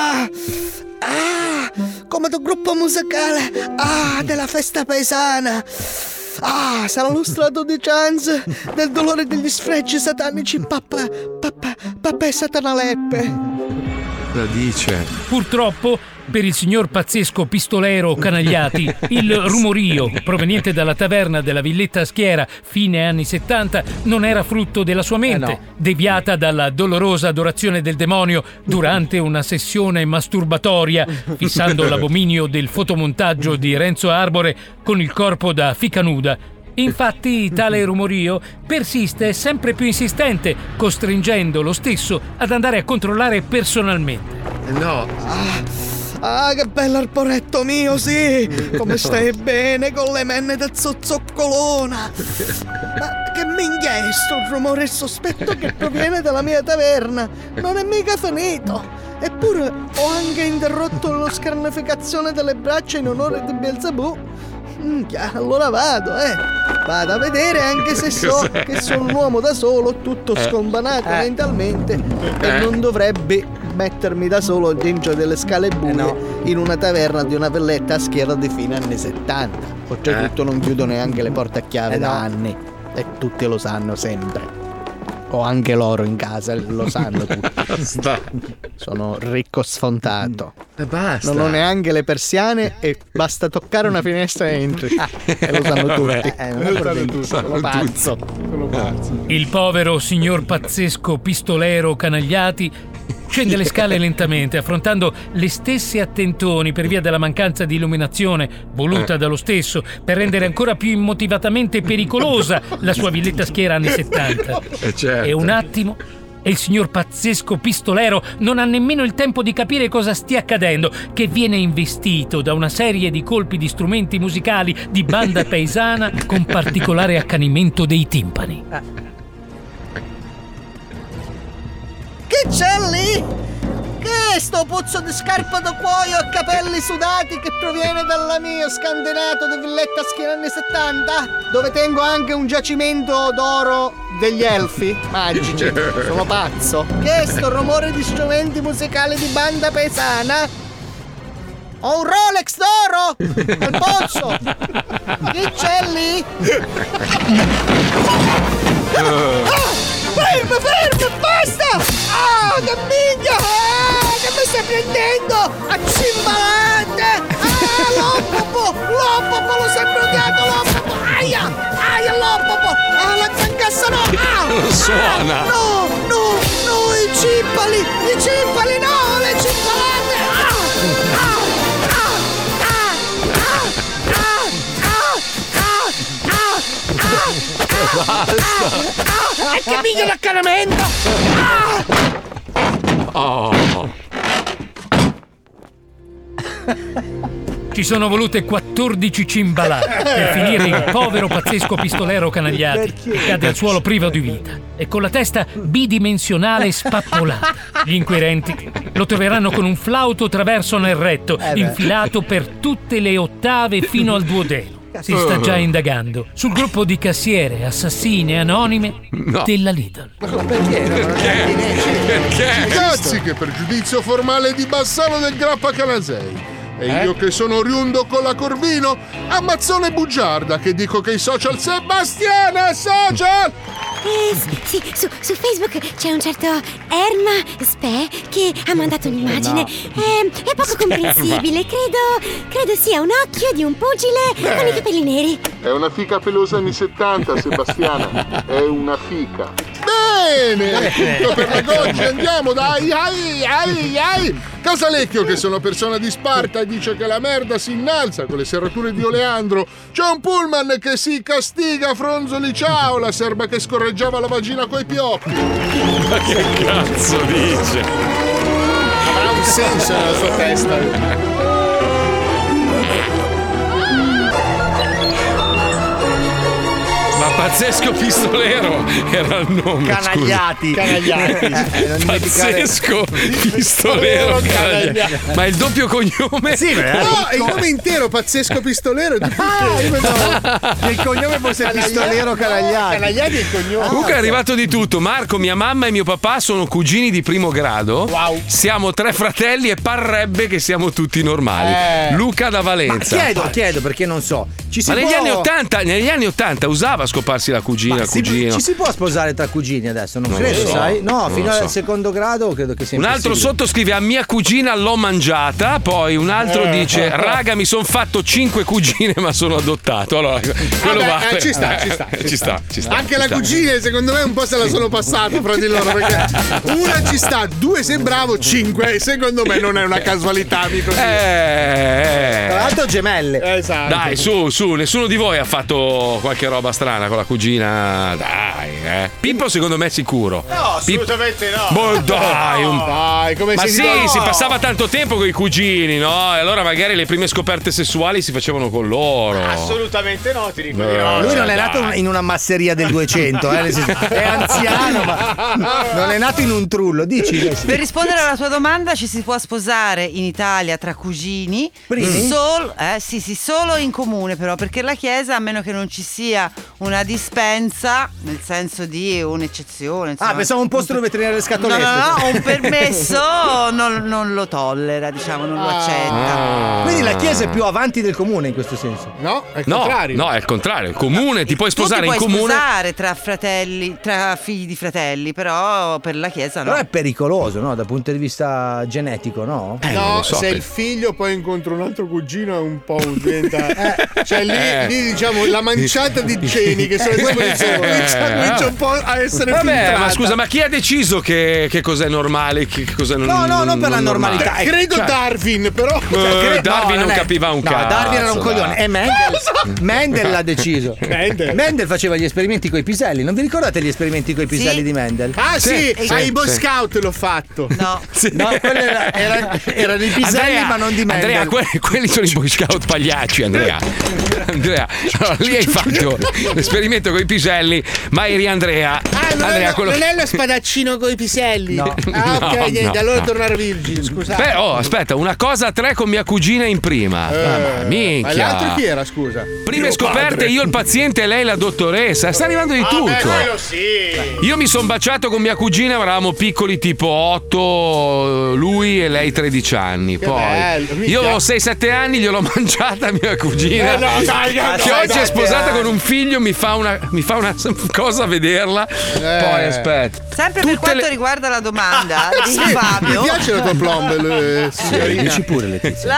Come del gruppo musicale. Della festa paesana. Sarà lo strato di Chance del dolore degli sfregi satanici. Papà e Satanaleppe. La dice. Purtroppo, per il signor Pazzesco Pistolero Canagliati, il rumorio proveniente dalla taverna della Villetta Schiera fine anni 70 non era frutto della sua mente, deviata dalla dolorosa adorazione del demonio durante una sessione masturbatoria, fissando l'abominio del fotomontaggio di Renzo Arbore con il corpo da fica nuda. Infatti tale rumorio persiste sempre più insistente, costringendo lo stesso ad andare a controllare personalmente. Che bello arboretto mio, sì! Come stai bene con le menne da zozzoccolona? Ma che minchia è sto rumore sospetto che proviene dalla mia taverna? Non è mica finito! Eppure ho anche interrotto la scarnificazione delle braccia in onore di Belzebù. Allora vado a vedere, anche se so che sono un uomo da solo, tutto scombanato mentalmente, e non dovrebbe mettermi da solo dentro delle scale buie in una taverna di una Villetta Schiera di fine anni 70. Oltretutto non chiudo neanche le porte a chiave da anni, e tutti lo sanno sempre. Ho anche loro in casa, lo sanno tutti. Sono ricco sfontato. Basta. Non ho neanche le persiane e basta toccare una finestra e entri. E lo sanno tutti. Sono pazzo. Il povero signor Pazzesco Pistolero Canagliati scende le scale lentamente, affrontando le stesse attentoni per via della mancanza di illuminazione voluta dallo stesso per rendere ancora più immotivatamente pericolosa la sua Villetta Schiera anni 70. Certo. E un attimo e il signor Pazzesco Pistolero non ha nemmeno il tempo di capire cosa stia accadendo, che viene investito da una serie di colpi di strumenti musicali di banda paesana con particolare accanimento dei timpani. Che c'è lì? Che è sto puzzo di scarpa da cuoio e capelli sudati che proviene dalla mia scandinato di Villetta Schiera anni 70? Dove tengo anche un giacimento d'oro degli elfi magici. Sono pazzo. Che è sto rumore di strumenti musicali di banda paesana? Ho un Rolex d'oro al polso. Chi c'è lì? Fermo, basta! Che minchia! Che mi stai prendendo? A cimbalante! L'oppopo, lo sempre odiato, l'oppopo! Aia, l'oppopo! La zancassa no! Suona! No, i cimpali, no, le cimpalate! Basta! Che mica l'accanamento! Ci sono volute 14 cimbalate per finire il povero Pazzesco Pistolero Canagliati, che cade al suolo privo di vita e con la testa bidimensionale spappolata. Gli inquirenti lo troveranno con un flauto traverso nel retto, infilato per tutte le ottave fino al duodeno. Si sta già indagando sul gruppo di cassiere assassine anonime della Lidl. Perché? Cazzi che per giudizio formale di Bassano del Grappa Canasei. E io che sono oriundo con la Corvino, ammazzone bugiarda che dico che i social Sebastiana social! Sì, su Facebook c'è un certo Erma Spe che ha mandato un'immagine. È poco comprensibile, credo sia un occhio di un pugile con i capelli neri. È una fica pelosa anni 70, Sebastiana. È una fica. Bene! Tutto per la goggia, andiamo, dai! Casalecchio, che sono persona di Sparta, dice che la merda si innalza con le serrature di Oleandro. C'è un pullman che si castiga, fronzoli ciao, la serba che scorreggiava la vagina coi pioppi. Ma che cazzo dice? Avrà un senso nella sua testa. Pazzesco Pistolero era il nome. Canagliati. Pazzesco Pistolero Canagliati. Ma è il doppio cognome? Sì, no, è il nome intero, Pazzesco Pistolero. Il cognome fosse Pistolero Canagliati. Canagliati è il cognome. Comunque è arrivato di tutto. Marco, mia mamma e mio papà sono cugini di primo grado. Wow. Siamo 3 fratelli e parrebbe che siamo tutti normali. Luca da Valenza. Ma chiedo perché non so. Ma negli anni 80 usava scoparsi la cugina, cugino. Ci si può sposare tra cugini adesso? Non credo, sai? No, fino al secondo grado credo che sia un altro sottoscrive: a mia cugina l'ho mangiata. Poi un altro dice: raga, mi sono fatto 5 cugine ma sono adottato. Allora, quello vale. Ci sta. Anche la cugina secondo me un po' se la sono passata fra di loro, perché una ci sta, 2 sei bravo, 5 secondo me non è una casualità, amico. Tra l'altro gemelle. Esatto. Dai, su, nessuno di voi ha fatto qualche roba strana con la cugina? Dai, Pippo secondo me è sicuro. No, assolutamente no. Boh, dai, come ma si si passava tanto tempo con i cugini, no? E allora magari le prime scoperte sessuali si facevano con loro. Assolutamente no, ti dico di no. Lui non è nato in una masseria del 200, è anziano, ma non è nato in un trullo. Dici. Per rispondere alla tua domanda, ci si può sposare in Italia tra cugini, solo in comune però, perché la Chiesa, a meno che non ci sia una dispensa, nel senso di un'eccezione, insomma, pensavo un posto dove tenere le scatolette. No, un permesso non lo tollera, diciamo, non lo accetta. Quindi la Chiesa è più avanti del comune in questo senso? No, è il contrario. No, è il contrario. Il comune ti puoi sposare in comune. Ti puoi sposare tra fratelli, tra figli di fratelli, però per la Chiesa no. Però è pericoloso, no? Dal punto di vista genetico, no? No, se il figlio poi incontra un altro cugino è un po' diventa. Cioè lì diciamo la manciata di geni che sono a disposizione comincia un po' a essere filtrata. Ma scusa, ma chi ha deciso che cos'è normale, che cos'è non No, non per la normalità. Credo Darwin, però. Darwin non capiva un cazzo. No, Darwin era un coglione. E Mendel l'ha deciso. Mendel faceva gli esperimenti coi piselli. Non vi ricordate gli esperimenti coi piselli di Mendel? Ah sì, ai Boy Scout l'ho fatto. No, quelli erano i piselli, ma non di Mendel. Andrea, quelli sono i Boy Scout pagliacci, Andrea. Allora, lì hai fatto l'esperimento con i piselli, ma eri Andrea. Non è lo spadaccino con i piselli. No. Ok, niente, allora tornare virgine, scusate. Aspetta, una cosa a 3 con mia cugina in prima. Minchia. Ma l'altro chi era, scusa? Prime scoperte, io il paziente e lei la dottoressa. Sta arrivando di tutto. Quello sì. Io mi sono baciato con mia cugina, eravamo piccoli, tipo 8, lui e lei 13 anni. Che Poi bello, io avevo 6-7 anni, gliel'ho mangiata mia cugina. Che oggi è sposata con un figlio, mi fa una cosa a vederla. Poi aspetta. Sempre per quanto riguarda la domanda di Fabio. Mi piace la tua plomb, signorina. Dici pure, Letizia.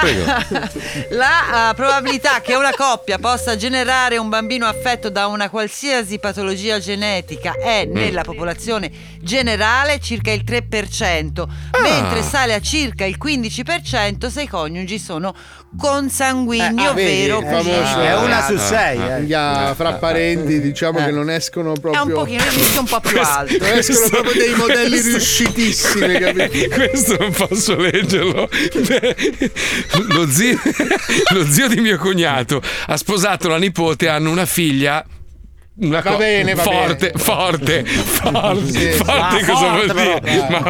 La probabilità che una coppia possa generare un bambino affetto da una qualsiasi patologia genetica è nella popolazione generale circa il 3%, mentre sale a circa il 15% se i coniugi sono consanguigni, ovvero è una su 6. Fra parenti diciamo che non escono proprio. È un pochino il rischio un po' più alto. Non escono proprio dei modelli riuscitissimi, capito? Questo non posso leggerlo. Lo zio di mio cognato ha sposato la nipote, hanno una figlia. Va bene. Forte, cosa vuol dire? Ma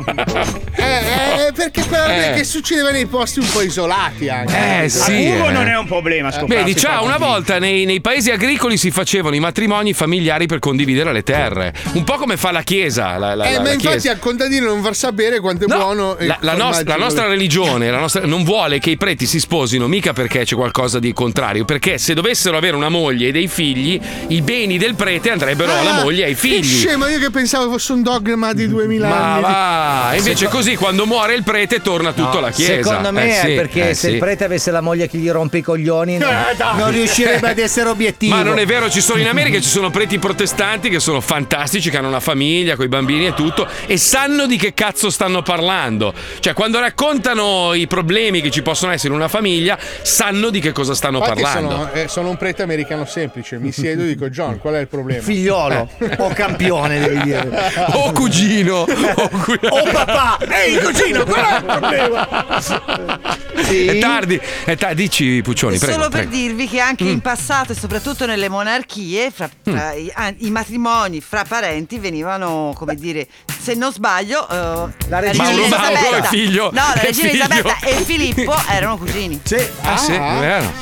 perché quello che succedeva nei posti un po' isolati anche. Sì. Non è un problema Vedi, una volta nei paesi agricoli si facevano i matrimoni familiari per condividere le terre. Un po' come fa la Chiesa. Ma infatti chiesa. al contadino non far sapere quanto è buono. La nostra religione non vuole che i preti si sposino mica perché c'è qualcosa di contrario, perché se dovessero avere una moglie e dei figli, i beni del prete andrebbero alla moglie e ai figli. Scemo, io che pensavo fosse un dogma di 2000 anni. Ma invece così quando muore il prete torna tutto alla chiesa. Secondo me è perché se il prete avesse la moglie che gli rompe i coglioni non riuscirebbe ad essere obiettivo. Ma non è vero, in America ci sono preti protestanti che sono fantastici, che hanno una famiglia con i bambini e tutto, e sanno di che cazzo stanno parlando. Cioè quando raccontano i problemi che ci possono essere in una famiglia, sanno di che cosa stanno parlando. Sono un prete americano semplice, mi siedo e dico John, qual è il problema? Figliolo o campione, devi dire. O cugino. O papà. Ehi, cugino, qual è il problema? Sì. È tardi. Dici, Puccioni, prego. Solo per prego. dirvi che anche in passato e soprattutto nelle monarchie, fra i matrimoni fra parenti venivano, come dire, se non sbaglio, la regina Elisabetta. È figlio. No, la regina Elisabetta e Filippo erano cugini. Sì, sì, è vero.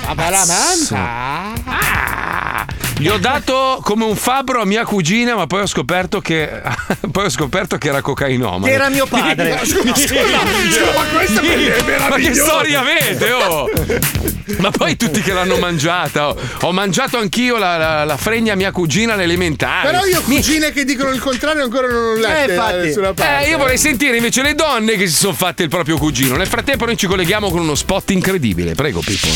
Gli ho dato come un fabbro a mia cugina, ma poi ho scoperto che era cocainomane. Che era mio padre. Ma questa è meravigliosa. Ma che storia avete, oh? Ma poi tutti che l'hanno mangiata. Ho mangiato anch'io la fregna a mia cugina alle elementari. Però io cugine che dicono il contrario ancora non ho letto da nessuna parte. Io vorrei sentire invece le donne che si sono fatte il proprio cugino. Nel frattempo noi ci colleghiamo con uno spot incredibile. Prego, Pippo.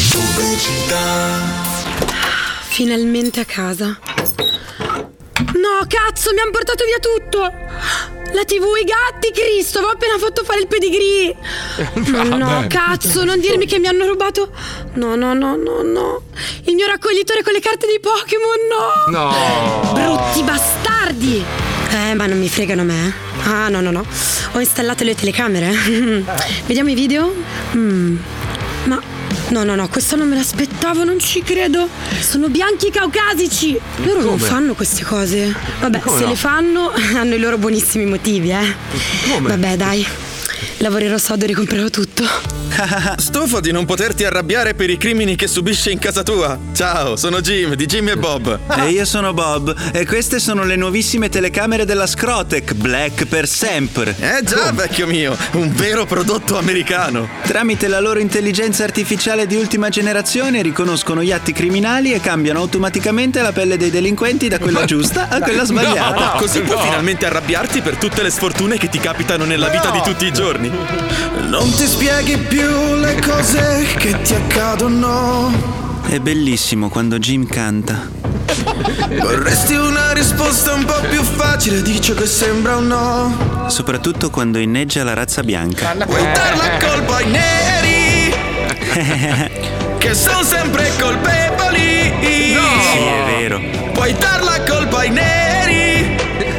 Finalmente a casa. No, cazzo, mi hanno portato via tutto. La TV, i gatti, Cristo, avevo appena fatto fare il pedigree. No, cazzo, non dirmi che mi hanno rubato. No. Il mio raccoglitore con le carte di Pokémon, no. Brutti bastardi. Ma non mi fregano me. Ah, no. Ho installato le telecamere. Vediamo i video. Ma no, questo non me l'aspettavo, non ci credo. Sono bianchi caucasici. Loro non fanno queste cose. Vabbè, se le fanno hanno i loro buonissimi motivi, Vabbè, dai. Lavorerò sodo e ricomprerò tutto. Stufo di non poterti arrabbiare per i crimini che subisce in casa tua. Ciao, sono Jim, di Jimmy e Bob. E io sono Bob, e queste sono le nuovissime telecamere della Scrotec, Black per sempre. Già, vecchio mio, un vero prodotto americano. Tramite la loro intelligenza artificiale di ultima generazione riconoscono gli atti criminali e cambiano automaticamente la pelle dei delinquenti da quella giusta a quella sbagliata. Così puoi finalmente arrabbiarti per tutte le sfortune che ti capitano nella vita di tutti i giorni. Non ti spieghi più le cose che ti accadono. È bellissimo quando Jim canta. Vorresti una risposta un po' più facile, dice che sembra un no. Soprattutto quando inneggia la razza bianca. Vuoi dar la colpa ai neri che sono sempre colpevoli. No. Sì, è vero. Puoi dar la colpa ai neri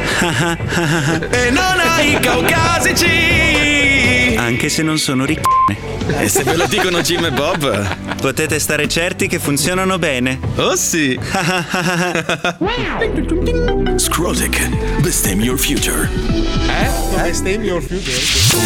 e non ai caucasici, anche se non sono ricchi. E se ve lo dicono Jim e Bob, potete stare certi che funzionano bene. Oh sì. Scrotec, bestemmia your future. Bestemmia your future.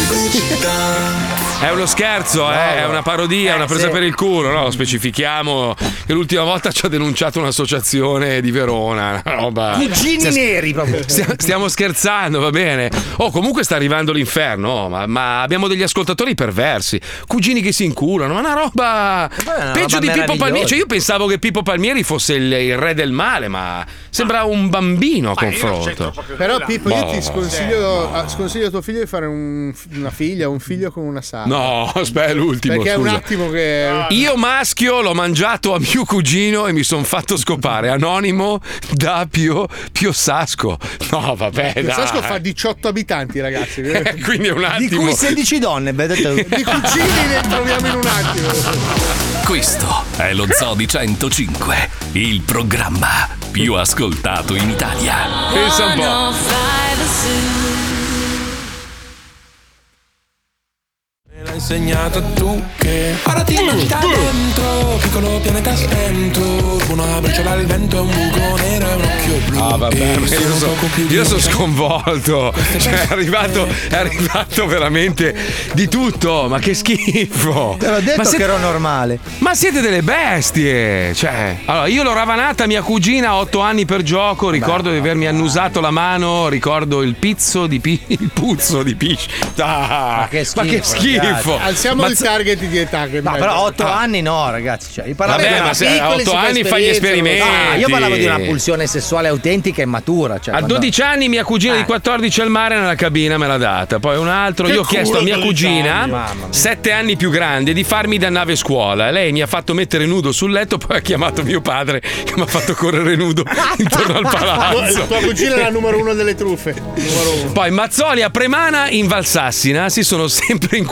È uno scherzo, è una parodia, una presa per il culo, no? Specifichiamo che l'ultima volta ci ha denunciato un'associazione di Verona, una roba. Cugini neri proprio. Stiamo scherzando, va bene. Comunque sta arrivando l'inferno, ma abbiamo degli ascoltatori perversi, cugini che si inculano, ma una roba peggio di Pippo Palmieri. Cioè, io pensavo che Pippo Palmieri fosse il re del male, ma sembra un bambino a confronto. Però Pippo, io ti sconsiglio a tuo figlio di fare una figlia o un figlio con una sala. No, aspetta, l'ultimo. Perché scusa. è un attimo che. Io maschio l'ho mangiato a mio cugino e mi sono fatto scopare. Anonimo da Pio Sasco. No, vabbè. Pio Sasco fa 18 abitanti, ragazzi. Quindi è un attimo. Di cui 16 donne, vedete. Di cugini ne troviamo in un attimo. Questo è lo Zoo di 105, il programma più ascoltato in Italia. Pensa un po'. L'hai insegnato tu che ora ti metti da dentro, piccolo pianeta spento, una briciola al vento, un buco nero e un occhio blu. Ah vabbè, io sono sconvolto. Cioè, è arrivato veramente di tutto. Ma che schifo. Te l'ho detto che ero normale. Ma siete delle bestie. Cioè, allora, io l'ho ravanata mia cugina a 8 anni per gioco. Ricordo di avermi annusato la mano. Ricordo il puzzo di pisci. Ma che schifo. Alziamo il target di età. Che no, però 8 anni no, ragazzi. Cioè, vabbè, ma se a 8 anni fai gli esperimenti. Io parlavo di una pulsione sessuale autentica e matura. Cioè, a 12 anni mia cugina di 14 al mare nella cabina me l'ha data. Poi un altro, io ho chiesto a mia cugina, 7 anni più grande, di farmi da nave scuola. Lei mi ha fatto mettere nudo sul letto, poi ha chiamato mio padre che mi ha fatto correre nudo intorno al palazzo. Tua cugina è la numero 1 delle truffe. Poi Mazzoli a Premana in Valsassina si sono sempre inculati di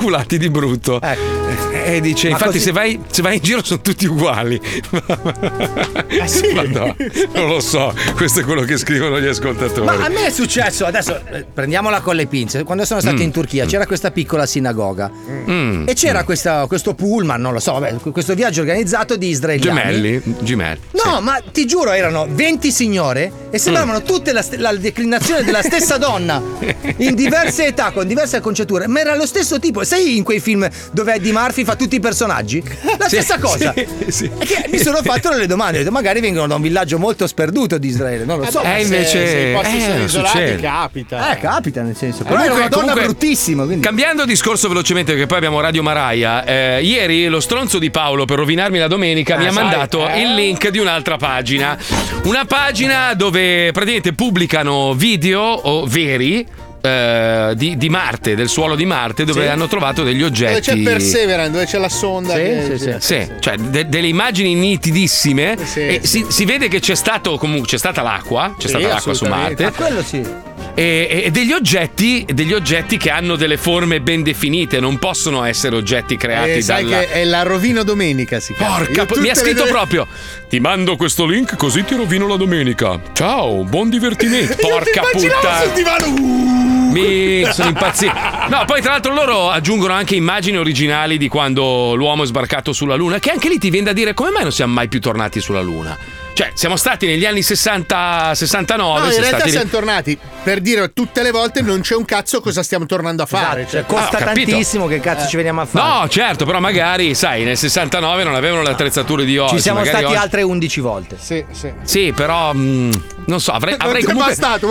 di brutto. E dice, Ma infatti, così- se vai in giro sono tutti uguali. Sì. Ma no, non lo so, questo è quello che scrivono gli ascoltatori. Ma a me è successo, adesso prendiamola con le pinze. Quando sono stato in Turchia c'era questa piccola sinagoga e c'era questo pullman, non lo so, vabbè, questo viaggio organizzato di israeliani. Gemelli. No, ma ti giuro, erano 20 signore e sembravano tutte la declinazione della stessa donna, in diverse età, con diverse acconciature, ma era lo stesso tipo. Sai in quei film dove Eddie Murphy fa tutti i personaggi? La stessa cosa. Sì. E che mi sono fatto delle domande, ho detto, magari vengono da un villaggio molto sperduto di Israele, non lo so. Invece se i posti sono isolati succede. capita. Capita nel senso. Però era una donna bruttissima. Quindi. Cambiando discorso velocemente, perché poi abbiamo Radio Maraia. Ieri lo stronzo di Paolo, per rovinarmi la domenica, mi ha mandato il link di un'altra pagina. Una pagina dove praticamente pubblicano video veri. Di Marte, del suolo di Marte, dove hanno trovato degli oggetti. Dove c'è Perseverance, dove c'è la sonda. Sì, cioè delle immagini nitidissime. E si vede che c'è stata l'acqua, stata l'acqua su Marte. Quello sì. E degli oggetti che hanno delle forme ben definite, non possono essere oggetti creati sai che è la rovino domenica, si chiama. Mi ha scritto proprio: ti mando questo link così ti rovino la domenica. Ciao, buon divertimento. Porca puttana. Sul divano. Sono impazzito. No, poi tra l'altro loro aggiungono anche immagini originali di quando l'uomo è sbarcato sulla Luna, che anche lì ti viene da dire come mai non siamo mai più tornati sulla Luna. Cioè, siamo stati negli anni 60, 69. No, in realtà siamo tornati per dire tutte le volte non c'è un cazzo cosa stiamo tornando a fare. Esatto, cioè, costa tantissimo, che cazzo ci veniamo a fare? No, certo, però magari, sai, nel 69 non avevano le attrezzature di oggi. Ci siamo stati oggi... altre 11 volte. Sì, però non so, avrei comunque bastato,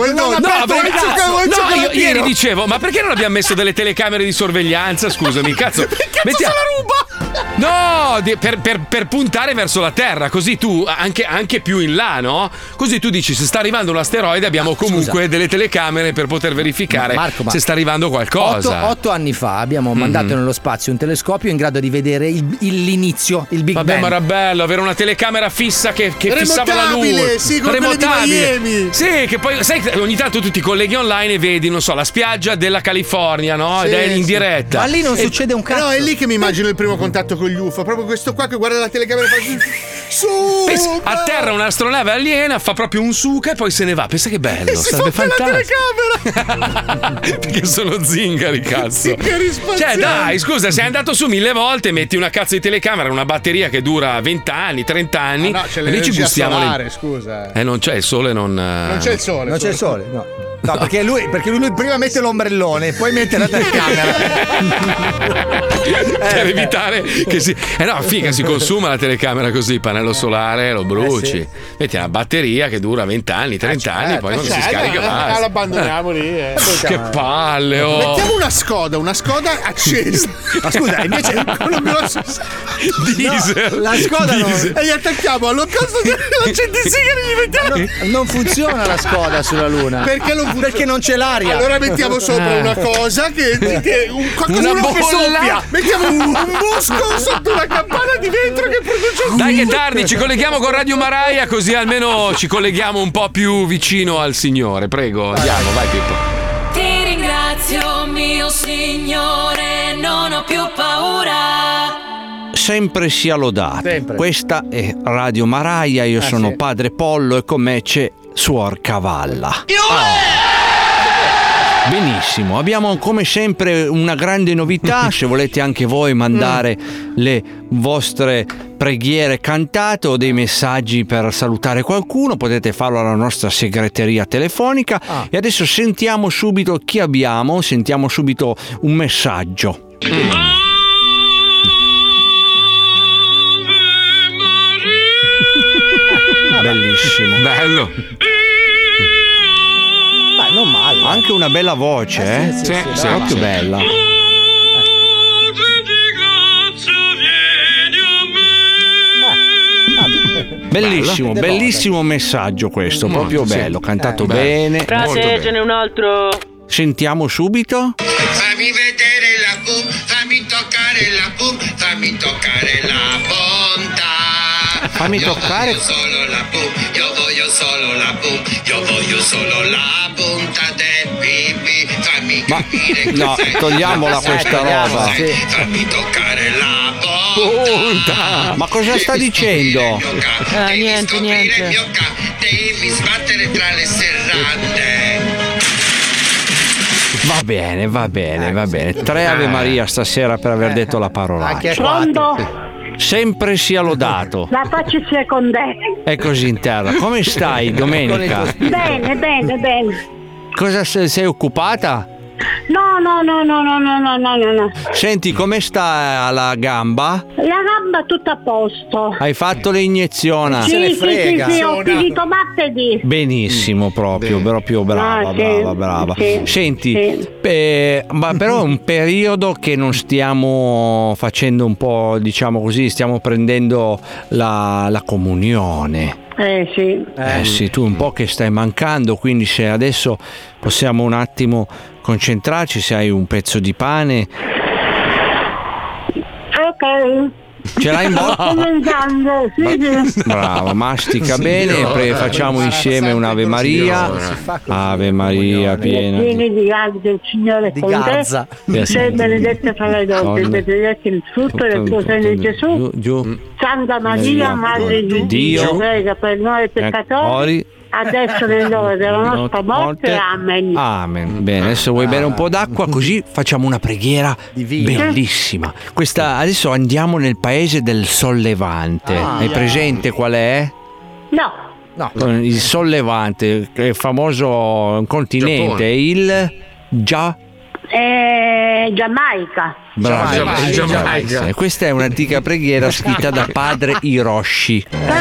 ieri dicevo, ma perché non abbiamo messo delle telecamere di sorveglianza? Scusami, cazzo. Perché se la ruba? No, per puntare verso la Terra, così tu anche più in là, no? Così tu dici, se sta arrivando un asteroide abbiamo comunque delle telecamere per poter verificare se sta arrivando qualcosa. 8 anni fa abbiamo mandato nello spazio un telescopio in grado di vedere l'inizio, il Big Bang. Vabbè, ma era bello avere una telecamera fissa che fissava la luce. Sì, come quelle di Miami. Sì, che poi sai, ogni tanto tu ti colleghi online e vedi, non so, la spiaggia della California, no? Ed è in diretta. Ma lì non succede un cazzo. No, è lì che mi immagino il primo contatto con gli UFO. Proprio questo qua che guarda la telecamera e fa su. Atterra un'astronave aliena, fa proprio un suca e poi se ne va. Pensa che bello, sarebbe fantastico. Perché sono zingari, cazzo. Zingari spaziali. Cioè, dai, scusa, sei andato su 1000 volte, metti una cazzo di telecamera, una batteria che dura 20 anni, 30 anni. No, c'è e lì ci gustiamo solare, scusa. Non c'è il sole, non c'è il sole. Non c'è il sole, no. No, perché lui prima mette l'ombrellone, poi mette la telecamera. Per evitare che si. No, figa, si consuma la telecamera così, il pannello solare lo bruci. Metti una batteria che dura 20 anni, 30 anni, poi quando si scarica basta. L'abbandoniamo lì. Che palle, oh. Mettiamo una Skoda accesa. Ma scusa, invece diesel. La Skoda e gli attacchiamo all'occaso dell'accendisigari e gli mettiamo. Non funziona la Skoda sulla Luna. Perché non funziona? Perché non c'è l'aria. Allora mettiamo sopra una cosa che una bolla che soffia. Mettiamo un musco sotto una campana di vetro che produce. Dai, che tardi, ci colleghiamo con Radio Maraia, così almeno ci colleghiamo un po' più vicino al Signore. Prego, andiamo, vai Pippo. Ti ringrazio, mio Signore, non ho più paura. Sempre sia lodato. Sempre. Questa è Radio Maraia, io sono Padre Pollo e con me c'è Suor Cavalla. Benissimo, abbiamo come sempre una grande novità. Se volete anche voi mandare le vostre preghiere cantate o dei messaggi per salutare qualcuno, potete farlo alla nostra segreteria telefonica. E adesso sentiamo subito chi abbiamo, sentiamo subito un messaggio. Bellissimo. Bello. Beh, non male. Anche una bella voce, sì, proprio bella. Bellissimo, bellissimo messaggio questo, proprio bello, cantato bene. Frase, ce n'è un altro. Sentiamo subito. Fammi vedere la boom, fammi toccare la boom, fammi toccare la bontà. Fammi toccare. Io voglio solo la boom, io voglio solo la boom, io voglio solo la bontà del pipì. Fammi Ma no, togliamola questa roba. Fammi toccare la punta. Ma cosa sta dicendo? Niente. Devi sbattere tra le serrande. Va bene. 3 Ave Maria stasera per aver detto la parola. Pronto? Sempre sia lodato. La faccia sia con te. È così in terra. Come stai, Domenica? Bene. Cosa sei occupata? No. Senti, come sta la gamba? La gamba tutta a posto. Hai fatto l'iniezione? Sì, ho finito martedì. Benissimo, proprio brava. Sì, Senti, ma però è un periodo che non stiamo facendo un po', diciamo così, stiamo prendendo la comunione. Sì, tu un po' che stai mancando, quindi se adesso possiamo un attimo concentrarci, se hai un pezzo di pane. Ok. Ce l'hai in bocca? Sto mangiando, sì. Brava, mastica bene, facciamo insieme un'Ave Maria. Ave Maria piena Pieni di grazia del Signore con Gazza. te. Sei benedetta fra le donne, benedetto il frutto del tuo seno Gesù. Giù. Santa Maria, Madre di Dio, prega per noi peccatori. Adesso nell'ora della nostra morte. Amen. Bene, adesso vuoi bere un po' d'acqua così facciamo una preghiera bellissima. Adesso andiamo nel paese del Sollevante. Hai presente qual è? No. Il Sollevante, che è famoso continente, il Giamaica. Bravo. Giamaica. Questa è un'antica preghiera scritta da padre Hiroshi.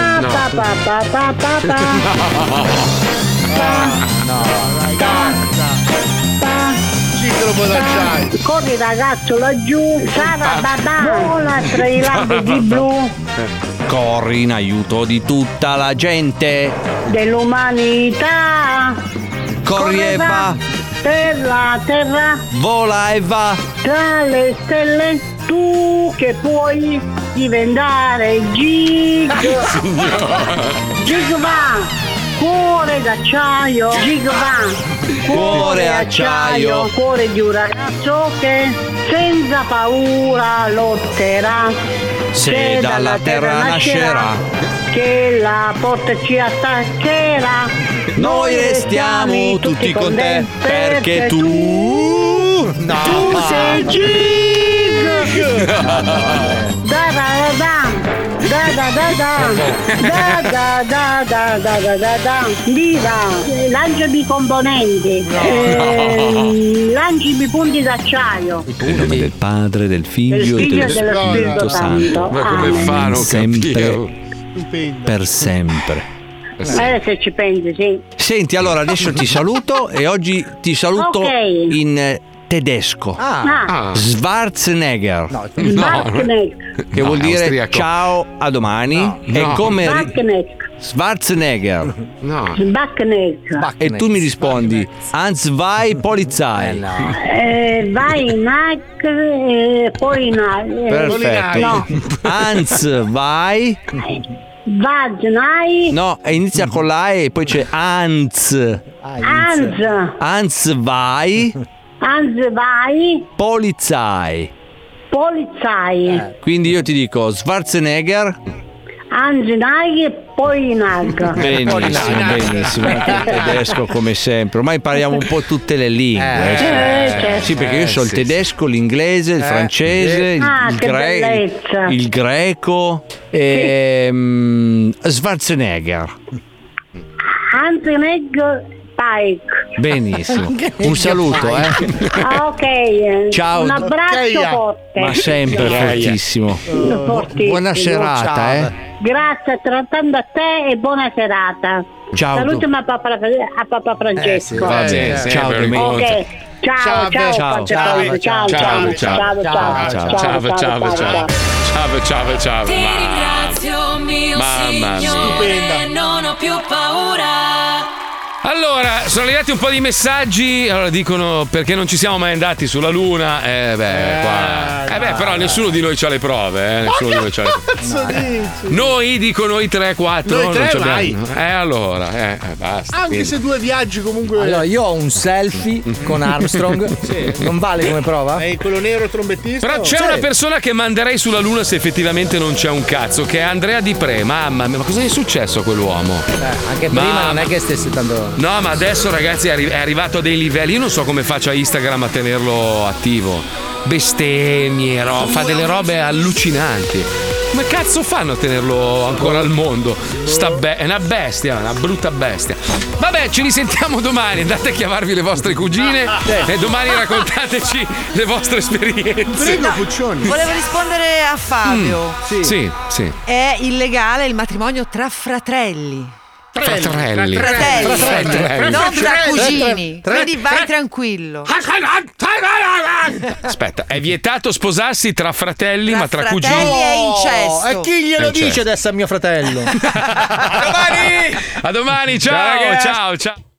Corri ragazzo laggiù, Sara babà, vola tra i lampi blu Corri in aiuto di tutta la gente dell'umanità. Corri e va per la terra, vola e va tra le stelle, tu che puoi diventare Gig va, cuore d'acciaio, Gig va, cuore acciaio, cuore di un ragazzo che senza paura lotterà, se dalla terra nascerà, che la porta ci attaccherà. Noi restiamo tutti con te perché tu sei Gig. Viva, lanciami componenti, lanciami punti d'acciaio. In nome del Padre, del Figlio e dello Spirito Santo. Ma come fa? Non sempre, per sempre. Se ci pensi, sì. Senti, allora adesso ti saluto e oggi ti saluto in tedesco. Schwarzenegger. Che vuol dire austriaco. ciao, a domani. È come Schwarzenegger. E tu mi rispondi Hans vai Polizei. Vai in poi in Perfetto. Hans vai. No, inizia con la E e poi c'è Hans vai Polizei. Quindi io ti dico Schwarzenegger poi in alto. Benissimo, anche il tedesco come sempre. Ormai impariamo un po' tutte le lingue. Sì, perché io so il tedesco, l'inglese, il francese, il greco e Schwarzenegger. Pike. Benissimo. Un saluto, ok. Ciao. Un abbraccio forte. Ma sempre fortissimo. Buona serata, Grazie altrettanto a te e buona serata. Ciao. Salutami a Papa Francesco. Va bene. Ciao Domenica. Ok. Ciao. Ti ringrazio mio Signore, non ho più paura. Allora, sono arrivati un po' di messaggi. Allora dicono perché non ci siamo mai andati sulla Luna. Vabbè, però nessuno di noi c'ha le prove, Nessuno di noi c'ha le prove. Noi dico noi 3-4. Noi tre, non vai. Allora, basta. Anche quindi. se 2 viaggi comunque. Allora, io ho un selfie con Armstrong. Non vale come prova? È quello nero trombettista? Però c'è una persona che manderei sulla Luna se effettivamente non c'è un cazzo, che è Andrea Di Pre. Mamma mia, ma cosa è successo a quell'uomo? Anche prima non è che stesse tanto. No, ma adesso ragazzi è arrivato a dei livelli. Io non so come faccia Instagram a tenerlo attivo. Bestemmie, fa delle robe allucinanti. Come cazzo fanno a tenerlo ancora al mondo? È una bestia, una brutta bestia. Vabbè, ci risentiamo domani. Andate a chiamarvi le vostre cugine e domani raccontateci le vostre esperienze. Prego, Puccioni. Volevo rispondere a Fabio. Sì. È illegale il matrimonio tra fratelli. Fratelli. Non tra cugini. Quindi vai tranquillo. Aspetta, è vietato sposarsi tra fratelli, ma tra fratelli cugini. è incesto. E chi glielo dice adesso a mio fratello? A domani, ciao.